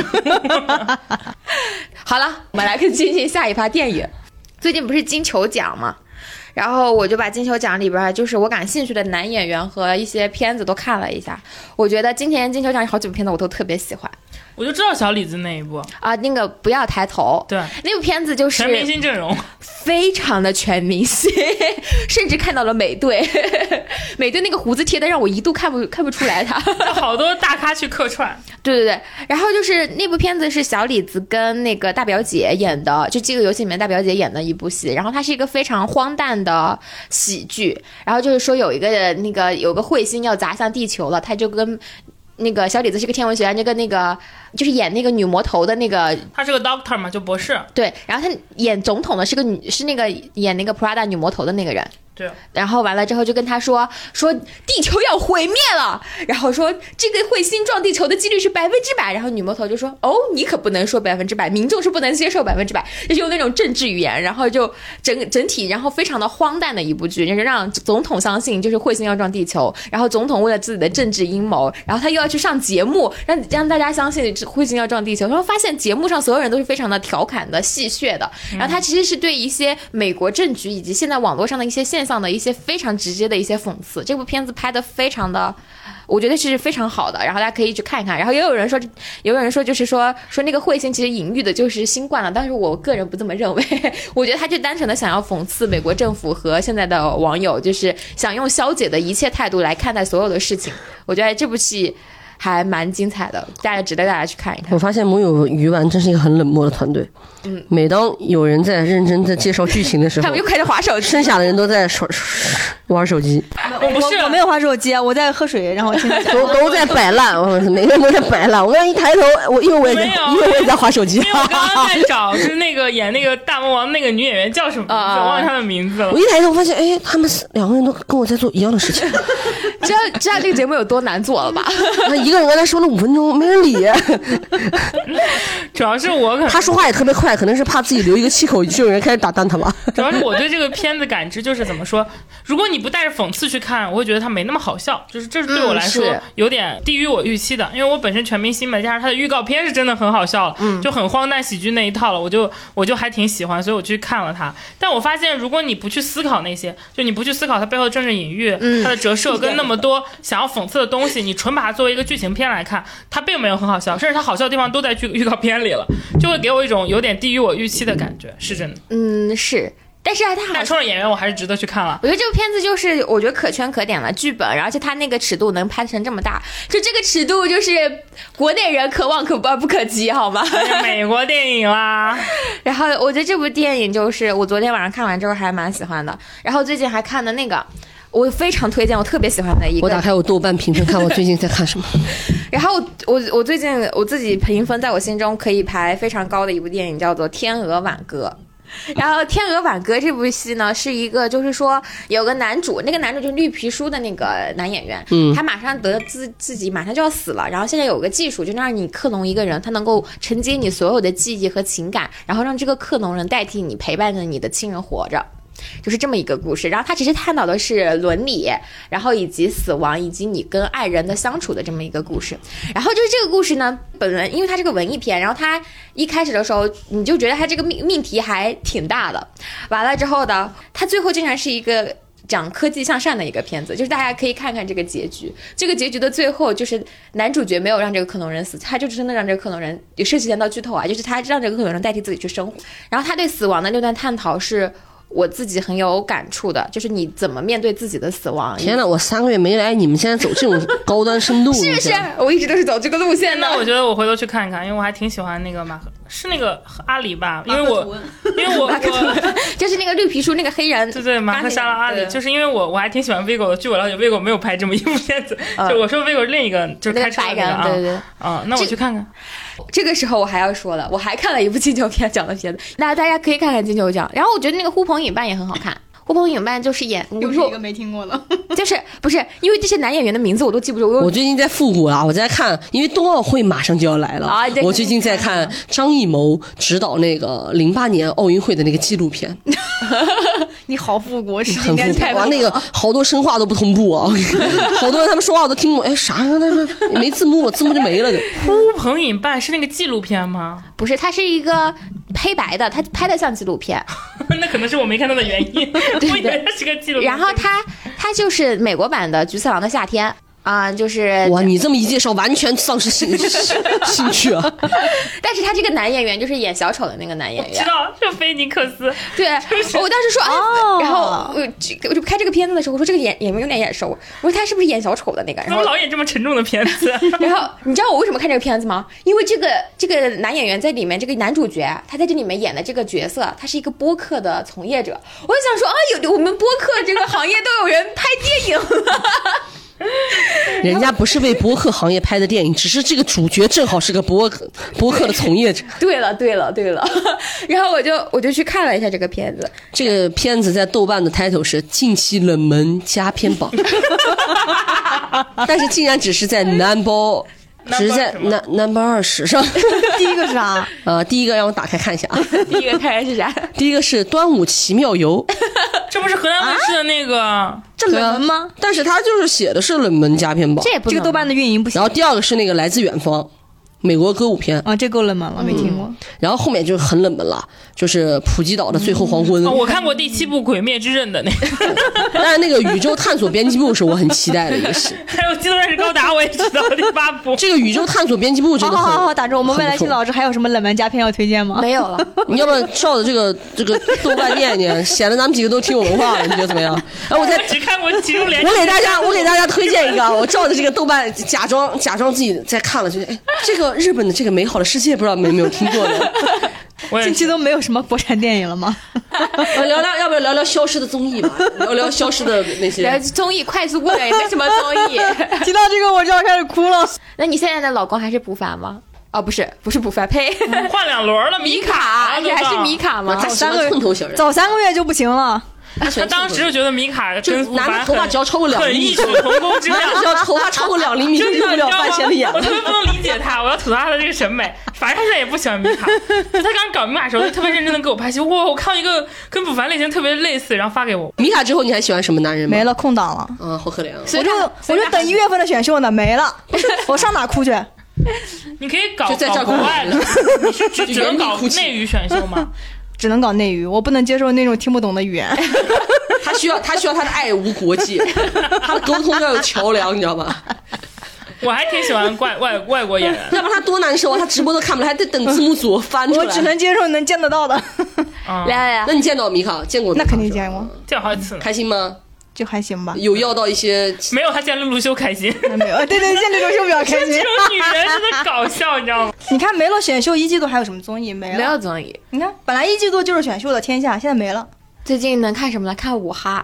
好了，我们来进行下一趴电影。最近不是金球奖吗？然后我就把金球奖里边就是我感兴趣的男演员和一些片子都看了一下。我觉得今年金球奖有好几部片子我都特别喜欢。 我就知道小李子那一部啊，那个不要抬头， 对， 那部片子就是全明星阵容， 非常的全明星，甚至看到了美队，美队那个胡子贴的让我一度看不出来他， 好多大咖去客串， 对，然后就是那部片子是小李子跟那个大表姐演的，就《饥饿游戏》里面大表姐演的一部戏，然后它是一个非常荒诞的喜剧，然后就是说有个彗星要砸向地球了，他就跟那个小李子是个天文学家，那个就是演那个女魔头的那个， 他是个 doctor 嘛，就博士。 对，然后他演总统的是那个演那个 Prada 女魔头的那个人。 对， 然后完了之后就跟他说地球要毁灭了，然后说这个彗星撞地球的几率是100%，然后女魔头就说你可不能说100%，民众是不能接受100%，就是用那种政治语言，然后就整体然后非常的荒诞的一部剧，就是让总统相信就是彗星要撞地球，然后总统为了自己的政治阴谋，然后他又要去上节目让大家相信彗星要撞地球，然后发现节目上所有人都是非常的调侃的戏谑的，然后他其实是对一些美国政局以及现在网络上的一些现象的一些非常直接的一些讽刺。这部片子拍的非常的，我觉得是非常好的，然后大家可以去看一看。然后也有人说就是说那个彗星其实隐喻的就是新冠了，但是我个人不这么认为，我觉得他就单纯的想要讽刺美国政府和现在的网友，就是想用消解的一切态度来看待所有的事情。我觉得这部戏还蛮精彩的，值得大家去看一看。 我发现母有鱼丸真是一个很冷漠的团队。每当有人在认真在介绍剧情的时候， 他们就开始滑手机， 剩下的人都在玩手机。 我没有滑手机，我在喝水，然后听他讲都在摆烂，每个人都在摆烂。我刚一抬头，因为我也在滑手机。 因为我刚刚在找，是那个演那个大魔王那个女演员叫什么名字？我忘了她的名字了。 我一抬头发现，他们2个人都跟我在做一样的事情。 知道这个节目有多难做了吧？ 他一个人跟他说了5分钟，没人理。 主要是我他说话也特别快，可能是怕自己留一个气口，就有人开始打断他吧。 主要是我对这个片子感知就是怎么说，如果你不带着讽刺去看，我会觉得它没那么好笑，就是这是对我来说有点低于我预期的，因为我本身全明星嘛，加上它的预告片是真的很好笑了，就很荒诞喜剧那一套了，我就还挺喜欢，所以我去看了它。但我发现如果你不去思考那些，就你不去思考它背后的政治隐喻，它的折射跟那么多想要讽刺的东西，你纯把它作为一个剧情片来看，它并没有很好笑，甚至它好笑的地方都在预告片里了，就会给我一种有点低于我预期的感觉，是真的。 是。但是他但冲着演员我还是值得去看了。 我觉得这部片子就是我觉得可圈可点了，剧本，而且他那个尺度能拍成这么大，就这个尺度就是国内人可望不可及，好吗？ 美国电影啦。 然后我觉得这部电影就是我昨天晚上看完之后还蛮喜欢的，然后最近还看的那个我非常推荐，我特别喜欢的一个。 我打开我豆瓣评分看我最近在看什么。 然后我最近我自己评分在我心中可以排非常高的一部电影叫做《天鹅挽歌》。 然后《天鹅挽歌》这部戏呢，是一个就是说有个男主，那个男主就是绿皮书的那个男演员，他马上得自己马上就要死了，然后现在有个技术，就让你克隆一个人，他能够承接你所有的记忆和情感，然后让这个克隆人代替你，陪伴着你的亲人活着。就是这么一个故事，然后它其实探讨的是伦理，然后以及死亡，以及你跟爱人的相处的这么一个故事。然后就是这个故事呢，本文因为它是个文艺片，然后它一开始的时候你就觉得它这个命题还挺大的，完了之后呢，它最后竟然是一个讲科技向善的一个片子，就是大家可以看看这个结局。这个结局的最后就是男主角没有让这个克隆人死，他就真的让这个克隆人，有涉及到剧透啊，就是他让这个克隆人代替自己去生活。然后他对死亡的那段探讨是我自己很有感触的，就是你怎么面对自己的死亡。 天哪，我3个月没来，你们现在走这种高端深度是我一直都是走这个路线的。 那我觉得我回头去看看，因为我还挺喜欢那个是那个阿里吧，因为我就是那个绿皮书那个黑人， 对马克沙拉阿里，就是因为我还挺喜欢 Viggo 的，据我了解 Viggo 没有拍这么一部片子，就我说 Viggo 另一个就是开车的那个对那我去看看。 这个时候我还要说了，我还看了一部金球奖的片子，那大家可以看看金球奖。然后我觉得那个呼朋引伴也很好看。呼朋引伴就是演， 又是一个没听过的， 就是不是因为这些男演员的名字我都记不住。 我最近在复古了，我在看，因为冬奥会马上就要来了啊！我最近在看张艺谋执导那个08年奥运会的那个纪录片。 你好复古， 很复古啊！那个好多声话都不同步啊，好多人他们说话我都听不懂。哎，啥呀？那没字幕，字幕就没了。 呼朋引伴是那个纪录片吗？ 不是，它是一个黑白的，它拍的像纪录片。 那可能是我没看到的原因。我以为它是个纪录片。 然后它就是美国版的《菊次郎的夏天》。就是哇，你这么一介绍，完全丧失兴趣啊！ 但是他这个男演员就是演小丑的那个男演员， 知道是菲尼克斯。 对，我当时说然后我就拍这个片子的时候，我说这个演员有点眼熟，我说他是不是演小丑的那个？ 怎么老演这么沉重的片子？ 然后你知道我为什么看这个片子吗？因为这个男演员在里面，这个男主角他在这里面演的这个角色，他是一个播客的从业者。我就想说我们播客这个行业都有人拍电影了。 人家不是为播客行业拍的电影，只是这个主角正好是个播客的从业者。 对了，然后我就去看了一下这个片子。 这个片子在豆瓣的 title 是近期冷门佳片榜，但是竟然只是在number 20上。 第一个是啥？ 第一个让我打开看一下啊。 第一个看是啥？ 第一个是端午奇妙游。 这不是荷兰卫视的那个？ 这冷门吗？ 但是他就是写的是冷门佳片榜， 这个豆瓣的运营不行。 然后第二个是那个来自远方，美国歌舞片啊，这够冷门了，没听过。 然后后面就很冷门了，就是普吉岛的最后黄昏。 我看过第7部《鬼灭之刃》的那个， 但是那个宇宙探索编辑部是我很期待的一个戏。 还有机动战士高达，我也知道第8部。 这个宇宙探索编辑部真的很好，打住。我们未来系老师还有什么冷门佳片要推荐吗？ 没有了。 你要不要照着这个豆瓣念一念，显得咱们几个都挺有文化了，你觉得怎么样？ 我只看过其中连。 我给大家推荐一个，我照着这个豆瓣假装自己在看了，就是这个日本的这个美好的世界，不知道没有听过的。 近期都没有什么国产电影了吗？ 要不要聊聊消失的综艺吧？聊聊消失的那些综艺，快速过人也没什么综艺。 提到这个我就要开始哭了。 那你现在的老公还是卜凡吗？哦，不是卜凡，呸， 换2轮了，米卡， 你还是米卡吗？ 他喜欢寸头型人， 早3个月就不行了。 他当时就觉得米卡跟男的头发只要超过2厘米， 很异曲同工之妙。 只要头发超过2厘米，就用不了半仙的眼。 我特别不能理解他，我要吐槽他的这个审美。反正他现在也不喜欢米卡，就他刚搞米卡的时候，就特别认真的给我拍戏。哇，我看到一个跟卜凡类型特别类似，然后发给我。 米卡之后你还喜欢什么男人吗？ 没了，空档了。 好可怜啊！ 我就等1月份的选秀呢，没了。我上哪哭去？ 你可以搞国外的，你是只能搞内娱选秀吗？ 只能搞内娱，我不能接受那种听不懂的语言。 他需要他的爱无国界，他的沟通要有桥梁，你知道吧？ 我还挺喜欢外国演员， 要不然他多难受啊！他直播都看不来，还得等字幕组翻出来。 我只能接受能见得到的。 来， 那你见到米卡？见过？ 那肯定见过， 见好几次了。 开心吗？ 就还行吧。 有要到一些没有，他见陆秀开心。 没有，对，见陆秀比较开心。 这种女人真的搞笑，你知道吗？ 你看没了选秀1季度还有什么综艺？没有综艺。 你看，本来1季度就是选秀的天下，现在没了。 最近能看什么呢？看5哈。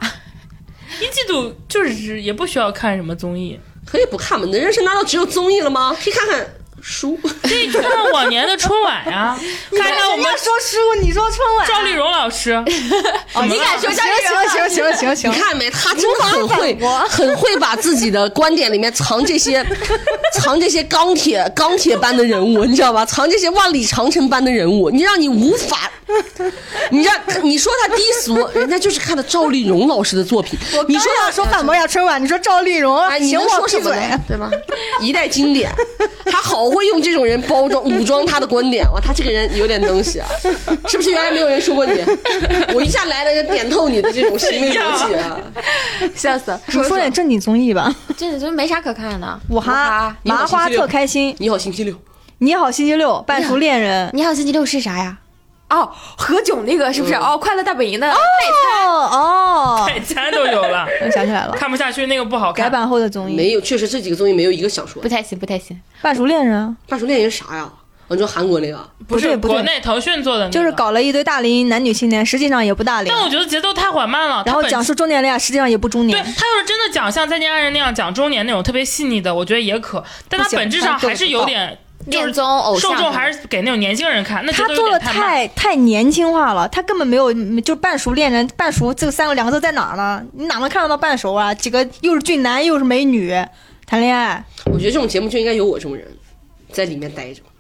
1季度就是也不需要看什么综艺， 可以不看吗？你的人生难道只有综艺了吗？可以看看书。 这看往年的春晚呀，看看我们说书，你说春晚， 赵丽蓉老师， 哦，你敢说赵丽蓉？ 行， 你看没？他真的很会把自己的观点里面藏这些钢铁般的人物，你知道吧？藏这些万里长城般的人物，让你无法。你说他低俗，人家就是看的赵丽蓉老师的作品。 你说要说反驳呀春晚，你说赵丽蓉， 哎，你能说什么呢？对吧？一代经典，他好会用这种人武装他的观点。哇，他这个人有点东西啊，是不是？原来没有人说过你，我一下来了就点透你的这种行为逻辑啊， 笑死了！ 说点正经综艺吧， 正经综艺没啥可看的。 我哈麻花特开心， 你好星期六， 你好星期六，半熟恋人， 你好星期六是啥呀？哦，何炅那个是不是？哦，快乐大本营的代餐都有了， 我想起来了， 看不下去那个不好看。 改版后的综艺没有，确实这几个综艺没有一个想说。 不太行。 半熟恋人， 半熟恋人啥呀？你说韩国那个？ 不是国内腾讯做的， 就是搞了一堆大龄男女青年，实际上也不大龄。 但我觉得节奏太缓慢了。 然后讲述中年恋爱，实际上也不中年。 对，他要是真的讲像《再见爱人》那样讲中年那种特别细腻的，我觉得也可。但他本质上还是有点。 恋综偶像受众还是给那种年轻人看，那他做的太年轻化了，他根本没有就半熟恋人，半熟这两个字在哪儿呢？你哪能看得到半熟啊？几个又是俊男又是美女谈恋爱， 我觉得这种节目就应该有我这种人在里面待着。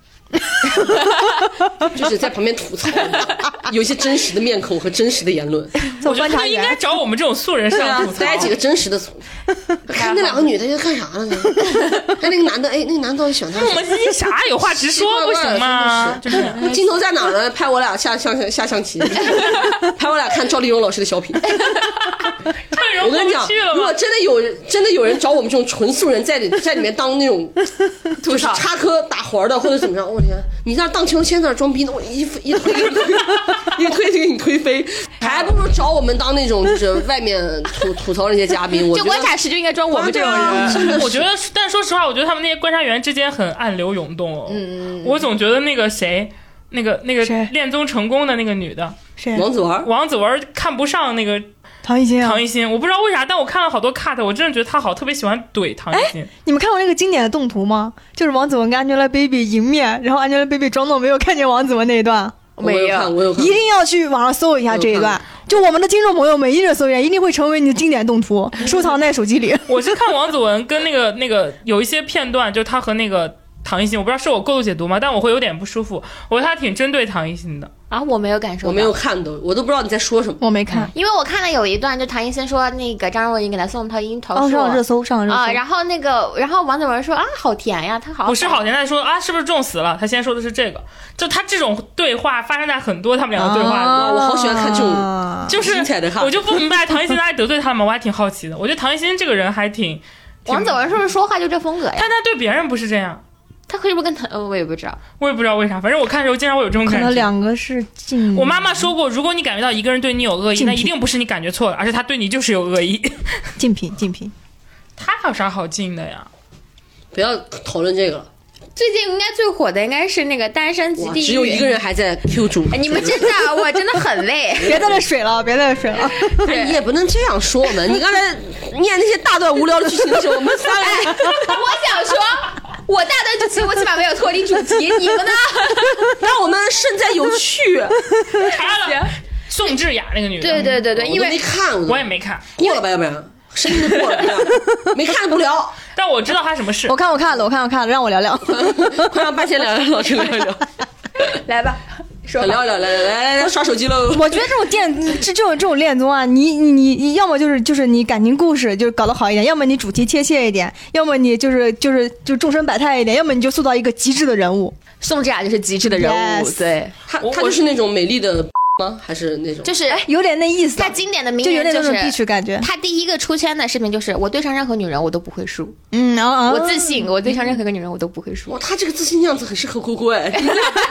就是在旁边吐槽，有一些真实的面孔和真实的言论。 我觉得他应该找我们这种素人上吐槽， 带几个真实的。看那两个女的在干啥呢？哎，那个男的，哎，那个男的到底喜欢他？ 我们之间啥有话直说不行吗？就是镜头在哪儿呢？拍我俩下象棋，拍我俩看赵丽蓉老师的小品。我跟你讲，如果真的有人找我们这种纯素人在里面当那种就是插科打诨的或者怎么样，我天，你在那荡秋千在那装逼呢，我一推给你推飞，还不如找我们当那种就是外面吐槽那些嘉宾。 就观察室就应该装我们这种人。 我觉得，但说实话，我觉得他们那些观察员之间很暗流涌动哦。我总觉得那个谁。那个恋综成功的那个女的， 谁？ 王子文看不上那个唐艺昕， 我不知道为啥，但我看了好多 cut， 我真的觉得他特别喜欢怼唐艺昕。 你们看过那个经典的动图吗？就是王子文跟 Angelababy 迎面，然后 Angelababy 装作没有看见王子文那一段。 我有看， 一定要去网上搜一下这一段。就我们的听众朋友们，一定搜一下，一定会成为你的经典动图，收藏在手机里。 我是看王子文跟那个有一些片段，就他和那个唐艺昕，我不知道是我过度解读吗？但我会有点不舒服。我觉得他挺针对唐艺昕的啊，我没有感受到， 我没有看我都不知道你在说什么。 我没看， 因为我看了有一段，就唐艺昕说那个张若昀给他送套樱桃树， 上了热搜啊，然后王子文说啊，好甜呀，他好不是好甜，他说啊，是不是重死了？他先说的是这个，就他这种对话发生在很多他们两个对话里， 我好喜欢看这种就是我就不明白唐艺昕哪里得罪他们，我还挺好奇的。我觉得唐艺昕这个人还挺王子文是不是说话就这风格呀？ 但他对别人不是这样。 他是不是跟他？我也不知道， 为啥。反正我看的时候经常会有这种感觉。 可能两个是近。 我妈妈说过，如果你感觉到一个人对你有恶意，那一定不是你感觉错了，而是他对你就是有恶意。 竞品。 他有啥好竞的呀？ 不要讨论这个了。 最近应该最火的应该是那个《单身即地狱》， 只有一个人还在 Q 主。 你们真的，我真的很累。 别在这水了。 你也不能这样说我们。你刚才念那些大段无聊的剧情的时候，我们仨人。 我想说。我大段剧情，我起码没有脱离主题，你们呢？ 让我们胜在有趣。 查了宋智雅那个女的， 对，因为没看， 我也没看， 过了吧，要不然声音都过了，没看不了。 但我知道他什么事。 我看了，让我聊聊， 快让半仙聊聊，老师聊聊， 来吧。 聊来刷手机喽！ 我觉得这种恋综啊，你要么就是你感情故事就是搞得好一点，要么你主题贴切一点，要么你就众生百态一点，要么你就塑造一个极致的人物。 宋智雅就是极致的人物，对， 他就是那种美丽的吗？还是那种就是有点那意思。 他经典的名言就有点那种必须感觉。 他第一个出圈的视频就是我对上任何女人我都不会输。我自信，我对上任何一个女人我都不会输。 哇，他这个自信样子很适合郭郭哎。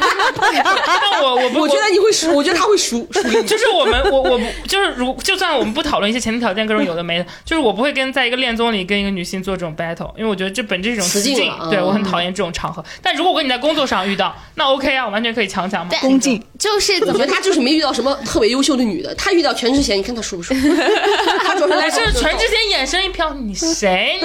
我觉得你会输，我觉得他会输。 就是我就是就算我们不讨论一些前提条件各种有的没的，就是我不会在一个恋综里跟一个女性做这种 battle， 因为我觉得这本质是一种雌竞，对我很讨厌这种场合。但如果我跟你在工作上遇到，那 OK 啊，我完全可以强嘛。 恭敬就是我觉得他就是没遇到什么特别优秀的女的，他遇到全智贤，你看他输不输？他主要是全智贤眼神一飘，你谁？你也配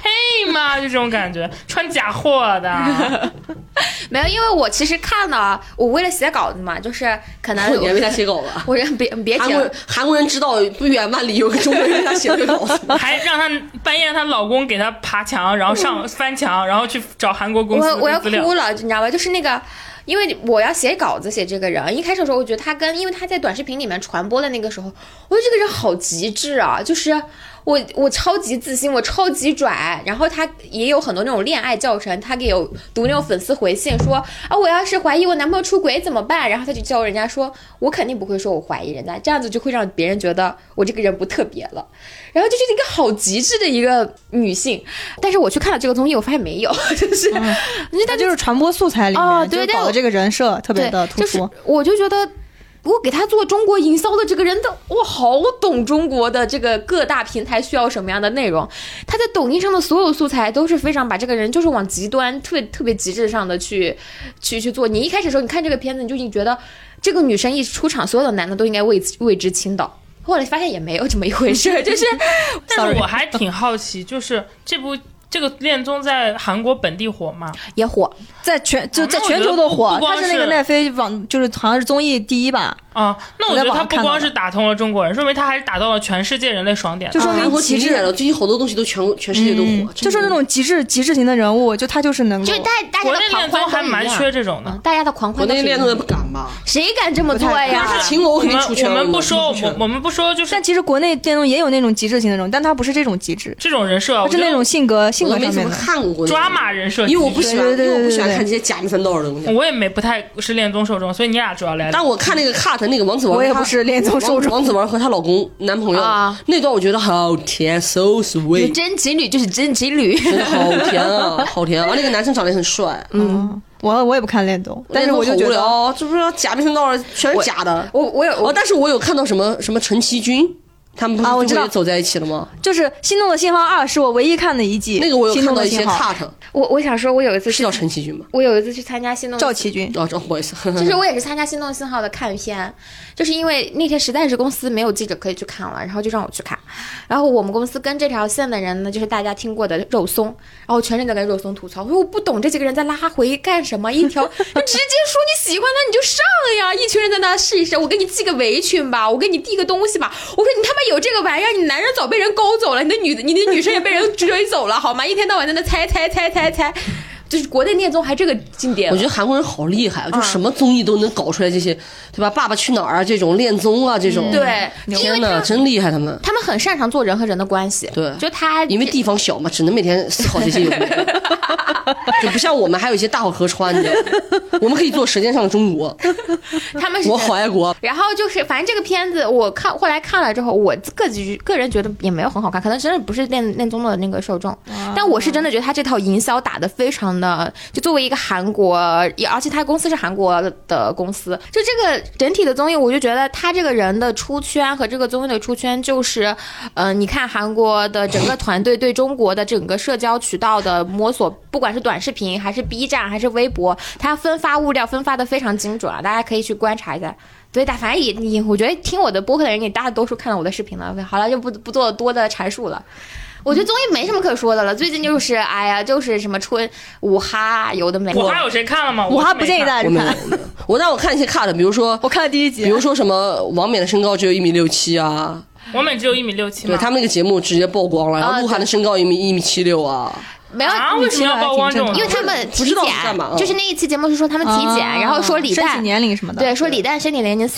配吗？就这种感觉，穿假货的。 没有，因为我其实看了，我为了写稿子嘛，就是可能你还为他写稿子？ 我别提了。 韩国人知道不远万里有个中国人为他写的稿子， 还让她半夜让她老公给她爬墙，然后翻墙，然后去找韩国公司的资料。 我要哭了，你知道吧？就是那个。因为我要写稿子写这个人，一开始的时候我觉得他因为他在短视频里面传播的那个时候，我觉得这个人好极致啊，就是我超级自信，我超级拽，然后他也有很多那种恋爱教程，他有读那种粉丝回信说啊，我要是怀疑我男朋友出轨怎么办，然后他就教人家说我肯定不会说我怀疑人家，这样子就会让别人觉得我这个人不特别了，然后就是一个好极致的一个女性。但是我去看了这个综艺，我发现没有，就是他就是传播素材里面就搞的这个人设特别的突出， 就是我就觉得我给他做中国营销的这个人的，我好懂中国的这个各大平台需要什么样的内容。他在抖音上的所有素材都是非常把这个人就是往极端特别极致上的去做。你一开始的时候你看这个片子，你就已经觉得这个女生一出场，所有的男的都应该为之倾倒。后来发现也没有这么一回事，就是。 但是我还挺好奇，就是这个恋综在韩国本地火吗？ 也火， 在全球都火。它是那个奈飞网，就是好像是综艺第一吧。 啊，那我觉得它不光是打通了中国人，说明它还是打到了全世界人类爽点。 就说明极致了，最近好多东西都全世界都火。 就是那种极致型的人物，就他就是能够。 就大家的恋综还蛮缺这种的， 大家的狂欢。 国内恋综也不敢吧？ 谁敢这么做呀？ 请我肯定出圈。 我们不说，就是。 但其实国内恋综也有那种极致型的那种，但他不是这种极致， 这种人设， 是那种性格上面的。 看过抓马人设， 因为我不喜欢看这些假迷三道的东西。 我也不太是恋综受众，所以你俩主要来。 但我看那个 cut 那个王子文， 我也不是恋综受众。 王子文和她老公男朋友那段，我觉得好甜 ，so sweet。 真情侣就是真情侣， 真的好甜啊，好甜啊！那个男生长得也很帅。 我也不看恋综，但是我就觉得这不是假迷三道全是假的。但是我有看到什么陈其君。他们不是也走在一起了吗？ 就是《心动的信号2》是我唯一看的一季， 那个我有看到一些 cut。 我想说，我有一次是叫陈其君吗？ 我有一次去参加《心动》 赵启军不好意思， 就是我也是参加《心动信号》的看片，就是因为那天实在是公司没有记者可以去看了，然后就让我去看。然后我们公司跟这条线的人呢，就是大家听过的肉松，然后全程在跟肉松吐槽，我说我不懂这几个人在拉回干什么，一条就直接说你喜欢他你就上呀，一群人在那试一试，我给你系个围裙吧，我给你递个东西吧，我说你他妈有这个玩意儿，你男人早被人勾走了，你的女生也被人追走了，好吗？一天到晚在那猜，就是国内恋综还这个经典。 我觉得韩国人好厉害，就什么综艺都能搞出来这些，对吧？爸爸去哪儿啊，这种恋综啊，这种。 对， 天哪，真厉害他们。 他们很擅长做人和人的关系。 对， 就他因为地方小嘛，只能每天思考这些有没有，就不像我们还有一些大好河川的，我们可以做舌尖上的中国。 他们是我好爱国。 然后就是反正这个片子我后来看了之后，我个人觉得也没有很好看，可能真的不是恋综的那个受众，但我是真的觉得他这套营销打得非常的，就作为一个韩国，而且他公司是韩国的公司，就这个整体的综艺，我就觉得他这个人的出圈和这个综艺的出圈，就是你看韩国的整个团队对中国的整个社交渠道的摸索，不管是短视频还是 B 站还是微博，他分发物料分发的非常精准啊，大家可以去观察一下。对，反正我觉得听我的播客的人也大多数看了我的视频了，好了，就不做多的阐述了。我觉得综艺没什么可说的了，最近就是哎呀，就是什么五哈有的没。 五哈有谁看了吗？ 五哈不建议大家看。 让我看一些 cut， 比如说我看了第一集， 比如说什么王冕的身高只有1.67米啊， 王冕只有1.67米， 对他们那个节目直接曝光了，然后鹿晗的身高1.76米啊。 没有为什么要曝光这种？ 因为他们体检，就是那一期节目是说他们体检，然后说李诞身体年龄什么的， 对，说李诞身体年龄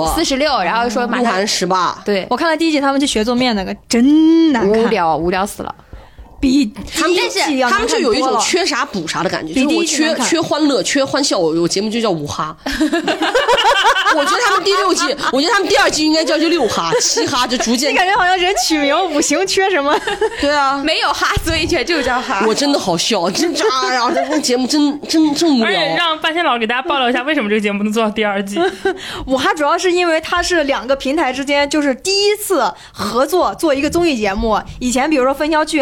46，然后说鹿晗18。 对， 我看了第一集，他们去学做面那个真难看， 无聊死了。 比他们就有一种缺啥补啥的感觉，就是我缺欢乐缺欢笑，我节目就叫五哈。我觉得他们第6季，我觉得他们第2季应该叫就6哈7哈，就逐渐。 你感觉好像人取名五行缺什么？ 对啊， 没有哈，所以就叫哈。 我真的好笑，真哎呀，这节目真无聊。 而且让半仙老给大家爆料一下，为什么这个节目能做到第2季？ 五哈主要是因为它是2个平台之间就是第一次合作做一个综艺节目。以前比如说分销剧啊，因为综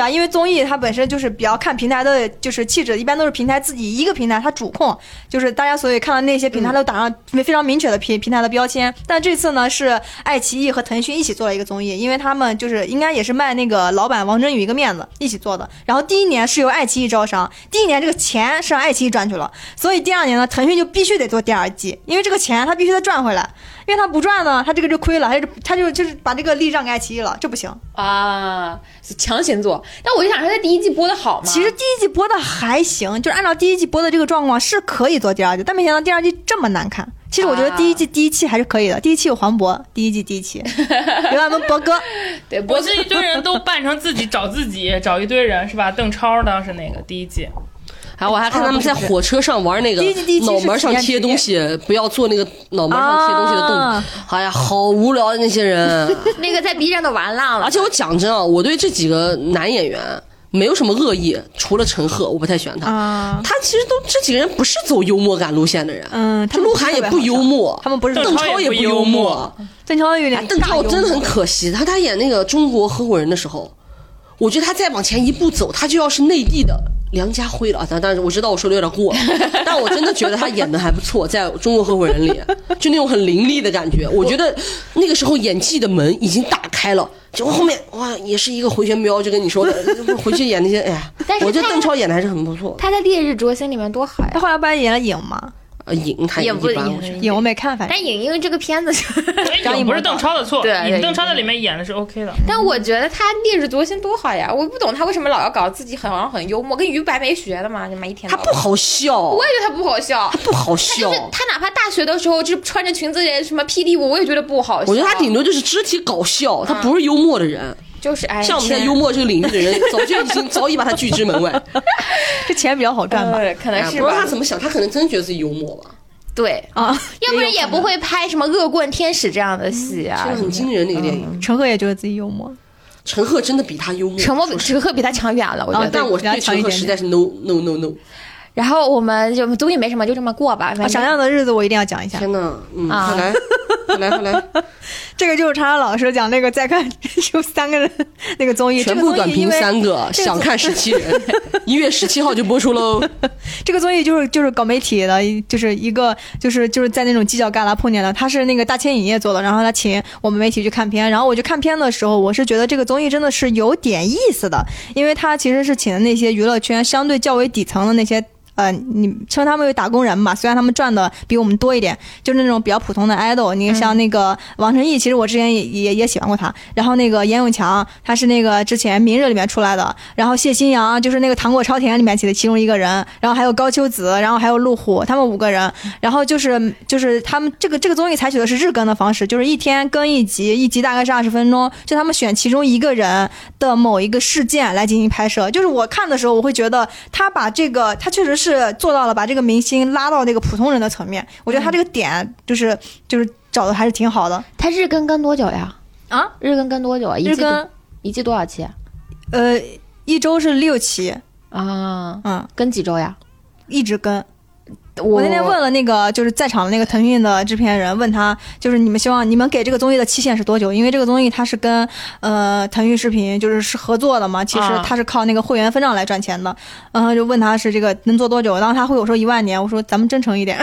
综艺它本身就是比较看平台的，就是气质，一般都是平台自己一个平台它主控，就是大家所以看到那些平台都打上非常明确的平台的标签。但这次呢是爱奇艺和腾讯一起做了一个综艺，因为他们就是应该也是卖那个老板王真宇一个面子一起做的。然后第一年是由爱奇艺招商，第一年这个钱是让爱奇艺赚去了，所以第二年呢腾讯就必须得做第二季，因为这个钱他必须得赚回来。因为他不赚呢，他这个就亏了，他就是把这个利让给爱奇艺了，这不行啊，强行做。但我就想说，他第一季播的好吗？ 其实第一季播的还行，就是按照第一季播的这个状况是可以做第二季，但没想到第二季这么难看。其实我觉得第一季第一期还是可以的，第一期有黄渤，第一季第一期有咱们博哥， 对， 我这一堆人都扮成自己找自己，找一堆人是吧？邓超当时那个第一季。 我还看他们在火车上玩那个脑门上贴东西，不要做那个脑门上贴东西的动作。哎呀，好无聊的那些人。 那个在 B 站都玩烂了。 而且我讲真啊，我对这几个男演员没有什么恶意，除了陈赫，我不太喜欢他。他其实这几个人不是走幽默感路线的人。就鹿晗也不幽默， 他们不是邓超也不幽默。 邓超有点， 邓超真的很可惜，他演那个中国合伙人的时候，我觉得他再往前一步走，他就要是内地的梁家辉了啊！但是我知道我说的有点过，但我真的觉得他演的还不错，在中国合伙人里，就那种很凌厉的感觉。我觉得那个时候演技的门已经打开了，结果后面哇，也是一个回旋镖，就跟你说的，回去演那些，哎呀，我觉得邓超演的还是很不错。 他在《烈日灼心》里面多好呀！ 他后来不是演了影吗？ 影他也不影我没看，反正但影因为这个片子影不是邓超的错， 对， 邓超在里面演的是 OK 的。 但我觉得他烈日灼心多好呀，我不懂他为什么老要搞自己好像很幽默，跟于白眉学的嘛，就一天。 他不好笑， 我也觉得他不好笑， 他不好笑。 他哪怕大学的时候就穿着裙子什么霹雳舞，我也觉得不好笑。 我觉得他顶多就是肢体搞笑，他不是幽默的人。 就是像我们在幽默这个领域的人，早已把他拒之门外。 这钱比较好赚吧？ 可能是吧。 不知道他怎么想，他可能真觉得自己幽默吧。 对啊，要不然也不会拍什么恶棍天使这样的戏啊， 很惊人那个电影。 陈赫也觉得自己幽默， 陈赫真的比他幽默， 陈赫比他强远了，我觉得。 但我对陈赫实在是 no。 然后我们就综艺没什么，就这么过吧。 闪亮的日子我一定要讲一下。 天哪，快来！ 这个就是查查老师讲那个再看有3个人那个综艺， 全部短评3个，想看17人，1月17号就播出喽。 这个综艺就是搞媒体的，就是一个就是在那种犄角旮旯碰见了，他是那个大千影业做的，然后他请我们媒体去看片，然后我去看片的时候，我是觉得这个综艺真的是有点意思的，因为他其实是请的那些娱乐圈相对较为底层的那些。你称他们为打工人嘛？虽然他们赚的比我们多一点，就是那种比较普通的 idol。你像那个王晨艺，其实我之前也喜欢过他。然后那个严永强，他是那个之前《明日》里面出来的。然后谢欣阳就是那个《糖果超甜》里面起的其中一个人。然后还有高秋子，然后还有陆虎，他们5个人。然后就是他们这个综艺采取的是日更的方式，就是一天更一集，一集大概是20分钟，就他们选其中一个人的某一个事件来进行拍摄。就是我看的时候，我会觉得他确实是做到了把这个明星拉到那个普通人的层面，我觉得他这个点就是找的还是挺好的。 他日更多久呀？啊，日更多久啊？一季多少期？ 一周是6期啊。更几周呀？ 一直更。我那天问了那个就是在场的那个腾讯的制片人，问他就是你们希望你们给这个综艺的期限是多久？因为这个综艺它是跟腾讯视频是合作的嘛，其实它是靠那个会员分账来赚钱的。就问他是这个能做多久？然后他回我说1万年，我说咱们真诚一点。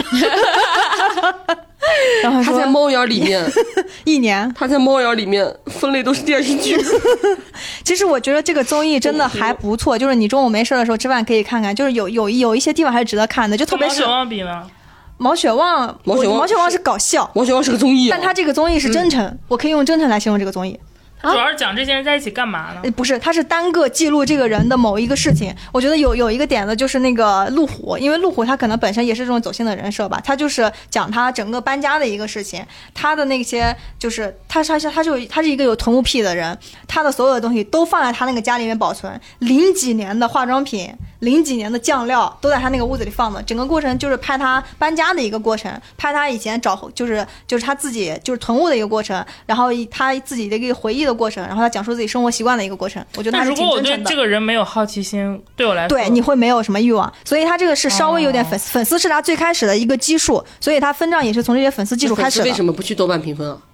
然后他在猫眼里面 1年， 他在猫眼里面分类都是电视剧。 其实我觉得这个综艺真的还不错，就是你中午没事的时候吃饭可以看看，就是有一些地方还是值得看的，就特别是毛血旺比呢。 毛血旺是搞笑， 毛血旺是个综艺， 但他这个综艺是真诚，我可以用真诚来形容这个综艺。 主要是讲这些人在一起干嘛呢？ 不是，他是单个记录这个人的某一个事情。我觉得有一个点子就是那个陆虎，因为陆虎他可能本身也是这种走心的人设吧，他就是讲他整个搬家的一个事情，他的那些就是他是一个有囤物癖的人，他的所有的东西都放在他那个家里面保存，00几年的化妆品，00几年的酱料都在他那个屋子里放的，整个过程就是拍他搬家的一个过程，拍他以前就是他自己就是囤物的一个过程，然后他自己的一个回忆的过程，然后他讲述自己生活习惯的一个过程。我觉得他是挺真诚的。 如果我对这个人没有好奇心，对我来说， 对你会没有什么欲望，所以他这个是稍微有点粉丝是他最开始的一个基数，所以他分账也是从这些粉丝基础开始的。 为什么不去豆瓣评分啊？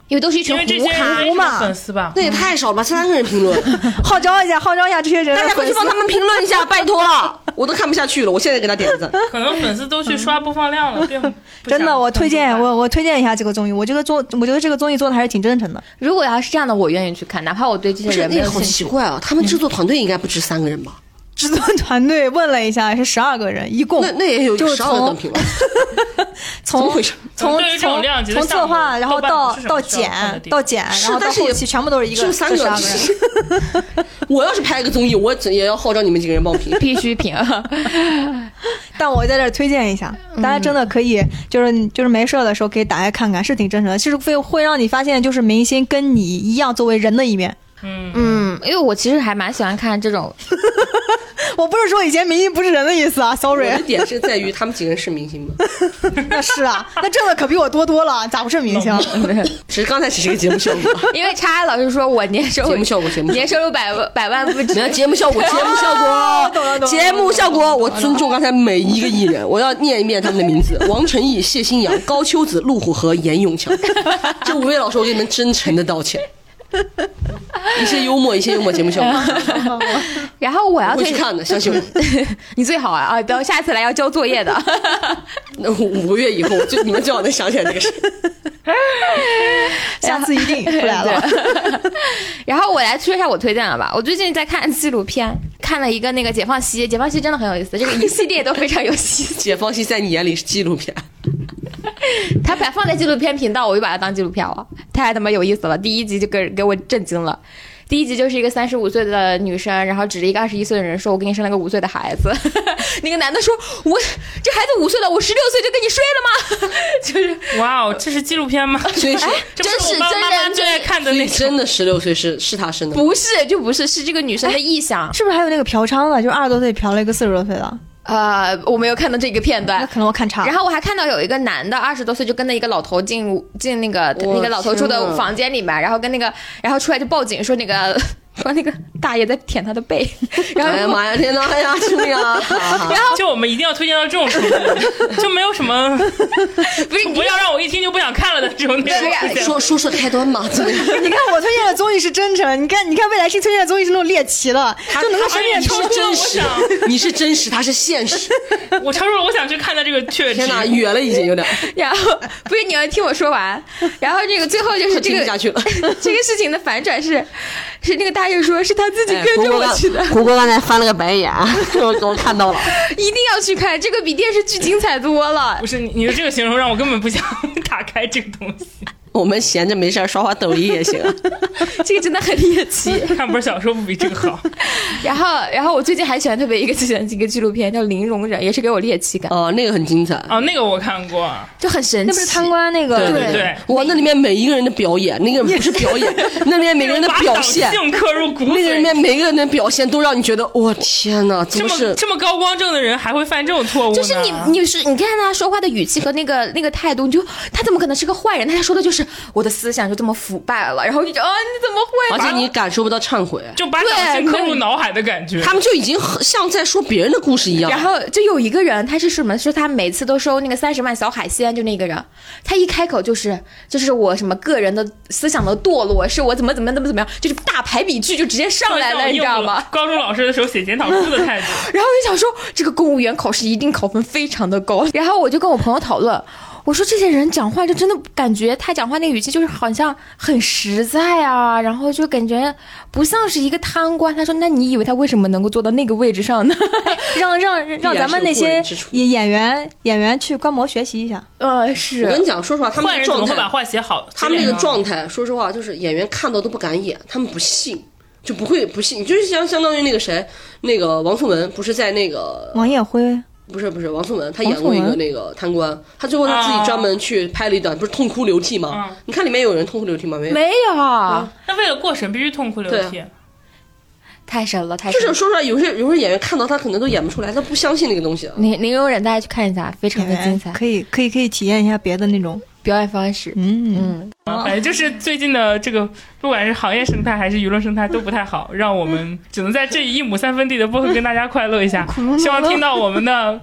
因为都是一群因为这些人没什么粉丝吧？ 那也太少了吧，3个人评论， 号召一下这些人， 大家快去帮他们评论一下，拜托了，我都看不下去了，我现在给他点个赞。 可能粉丝都去刷播放量了，并真的，我推荐一下这个综艺，我觉得这个综艺做的还是挺真诚的。 如果要是这样的，我愿意去看，哪怕我对这些人没有兴趣。 好奇怪啊，他们制作团队应该不止3个人吧？ 制作团队问了一下，是12个人，一共那也有12个人评论。怎么回事？ 从策划，然后到剪，然后到后期全部都是一个 3个人。我要是拍一个综艺，我也要号召你们几个人帮评， 必须评。 但我在这儿推荐一下，大家真的可以，就是没事的时候可以打开看看，是挺真诚的，其实会让你发现，就是明星跟你一样作为人的一面。 因为我其实还蛮喜欢看这种。 我不是说以前明星不是人的意思啊 ，sorry。 我的点是在于他们几个人是明星吗？ 那是啊，那挣的可比我多了，咋不是明星？ 其实刚才只是一个节目效果。 因为叉老师说我年收入百万不止。 节目效果，节目效果，我尊重刚才每一个艺人，我要念一遍他们的名字：王晨毅、谢欣阳、高秋子、陆虎和严永强。这5位老师，我给你们真诚的道歉。一些幽默，节目效果。 然后我要会去看的，相信我。 你最好啊！等下次来要交作业的。 那5个月以后，你们最好能想起来这个事。 下次一定不来了。 然后我来说一下我推荐了吧。我最近在看纪录片，看了一个那个解放西真的很有意思，这个一系列都非常有意思。 解放西在你眼里是纪录片？ 他放在纪录片频道，我就把它当纪录片了，太他妈有意思了。第一集就给我震惊了。第一集就是一个35岁的女生，然后指着一个21岁的人说：“我给你生了个5岁的孩子。”那个男的说：“我这孩子5岁了，我16岁就跟你睡了吗？”就是哇哦，这是纪录片吗？ 所以是真是真人最爱看的那种。 真的16岁是他生的吗？ 不是，是这个女生的臆想。 是不是还有那个嫖娼的，就20多岁嫖了一个40多岁的？ 我没有看到这个片段， 那可能我看差了。 然后我还看到有一个男的20多岁就跟着一个老头进那个老头住的房间里面，然后出来就报警说那个大爷在舔他的背，然后哎呀妈呀，天哪呀，救命啊！ 然后就我们一定要推荐到这种程度，就没有什么不要让我一听就不想看了的这种内容。 说开端嘛，怎么样？ 你看我推荐的综艺是真诚，你看未来星推荐的综艺是那种猎奇的，就能够分辨出真实，你是真实，他是现实。 我超出了我想去看的这个确实。 天哪，远了已经有点。 然后不是你要听我说完，然后这个最后就是这个听不下去了。 这个事情的反转是那个大爷说是他自己跟着我去的。 胡歌刚才翻了个白眼，我看到了， 一定要去看，这个比电视剧精彩多了。 不是你的这个形容让我根本不想打开这个东西。 我们闲着没事刷刷抖音也行。 这个真的很猎奇， 看本小说不比这个好。 然后我最近还喜欢特别一个纪录片叫《零容忍》，也是给我猎奇感。 哦，那个很精彩。 哦，那个我看过， 就很神奇。 那不是贪官那个？ 对。 哇，那里面每一个人的表演，那个不是表演，那里面每个人的表现， 刻入骨髓。 那个里面每个人的表现都让你觉得，哇天哪，怎么是这么高光正的人还会犯这种错误呢？ 就是你看他说话的语气和那个态度，他怎么可能是个坏人？他说的就是我的思想就这么腐败了，然后就你怎么会？ 而且你感受不到忏悔， 就把党性刻入脑海的感觉。 他们就已经像在说别人的故事一样。 然后就有一个人，他是什么？说他每次都收那个30万小海鲜，就那个人，他一开口就是我什么个人的思想的堕落，是我怎么样，就是大排比句就直接上来了，你知道吗？ 高中老师的时候写检讨书的态度。 然后我就想说，这个公务员考试一定考分非常的高。然后我就跟我朋友讨论。我说这些人讲话就真的感觉他讲话那个语气就是好像很实在啊，然后就感觉不像是一个贪官。他说那你以为他为什么能够坐到那个位置上呢？让咱们那些演员去观摩学习一下。是我跟你讲，说实话，他们的状态会把话写好， 他们那个状态，说实话就是演员看到都不敢演，他们不信。就不信，就是相当于那个谁，那个王颂文不是在那个王艳辉。 不是王颂文，他演过一个那个贪官，他最后他自己专门去拍了一段，不是痛哭流涕吗？你看里面有人痛哭流涕吗？没有。 那为了过审必须痛哭流涕， 太神了， 就是说出来，有些演员看到他可能都演不出来，他不相信那个东西。 零容忍，大家去看一下，非常的精彩， 可以体验一下别的那种表演方式。 反正就是最近的这个，不管是行业生态还是舆论生态都不太好，让我们只能在这1亩3分地的播客跟大家快乐一下。希望听到我们的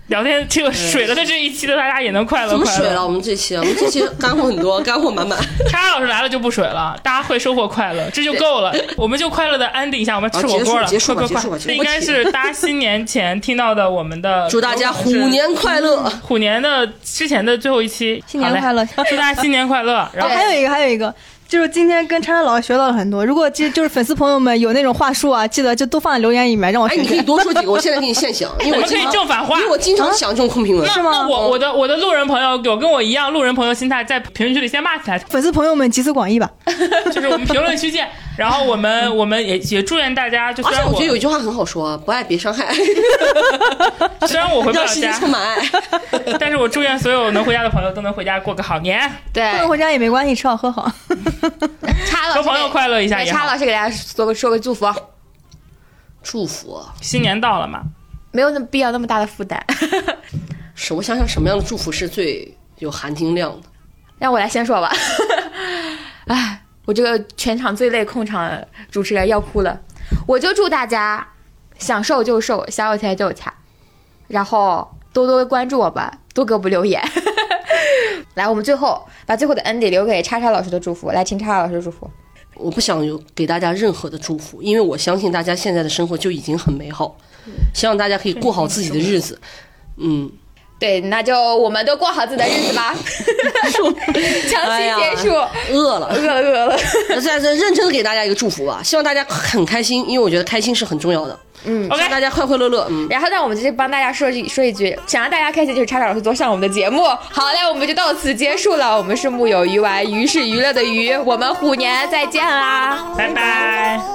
聊天这个水了的这一期的大家也能快乐。 怎么水了？我们这期干货很多，干货满满。 叉老师来了就不水了，大家会收获快乐，这就够了。我们就快乐的安定一下，我们吃火锅了， 结束吧。 这应该是大家新年前听到的我们的， 祝大家虎年快乐。 虎年的之前的最后一期， 新年快乐， 祝大家新年快乐。然后还有一个。就是今天跟叉叉老师学到了很多，如果就是粉丝朋友们有那种话术啊，记得就都放在留言里面让我学。 你可以多说几个，我现在给你现想，因为我可以正反话， 因为我经常想这种空评论。 是吗？那我的路人朋友有跟我一样路人朋友心态，在评论区里先骂起来。 粉丝朋友们集思广益吧， 就是我们评论区见。然后我们也祝愿大家，就虽然而且我觉得有一句话很好说，不爱别伤害。 虽然我回不了让世界充满爱， 但是我祝愿所有能回家的朋友都能回家过个好年。 对， 不能回家也没关系，吃好喝好。 和朋友快乐一下也好。 叉老师给大家说个祝福。 祝福， 新年到了嘛， 没有必要那么大的负担。 我想想什么样的祝福是最有含金量的。 让我来先说吧。哎，我这个全场最累控场的主持人要哭了。我就祝大家想瘦就瘦，想有钱就有钱，然后多多关注我吧，多给我们留言。来，我们最后把最后的 ending 留给叉叉老师的祝福，来听叉叉老师的祝福。 我不想有给大家任何的祝福，因为我相信大家现在的生活就已经很美好，希望大家可以过好自己的日子。 对，那就我们都过好自己的日子吧。强行结束， 饿了。再认真的给大家一个祝福吧，希望大家很开心，因为我觉得开心是很重要的。希望大家快快乐乐。 然后让我们就是帮大家说一句，想让大家开心就是叉叉老师多上我们的节目。好嘞，我们就到此结束了。我们是木有鱼丸，鱼是娱乐的鱼，我们虎年再见啦， 拜拜。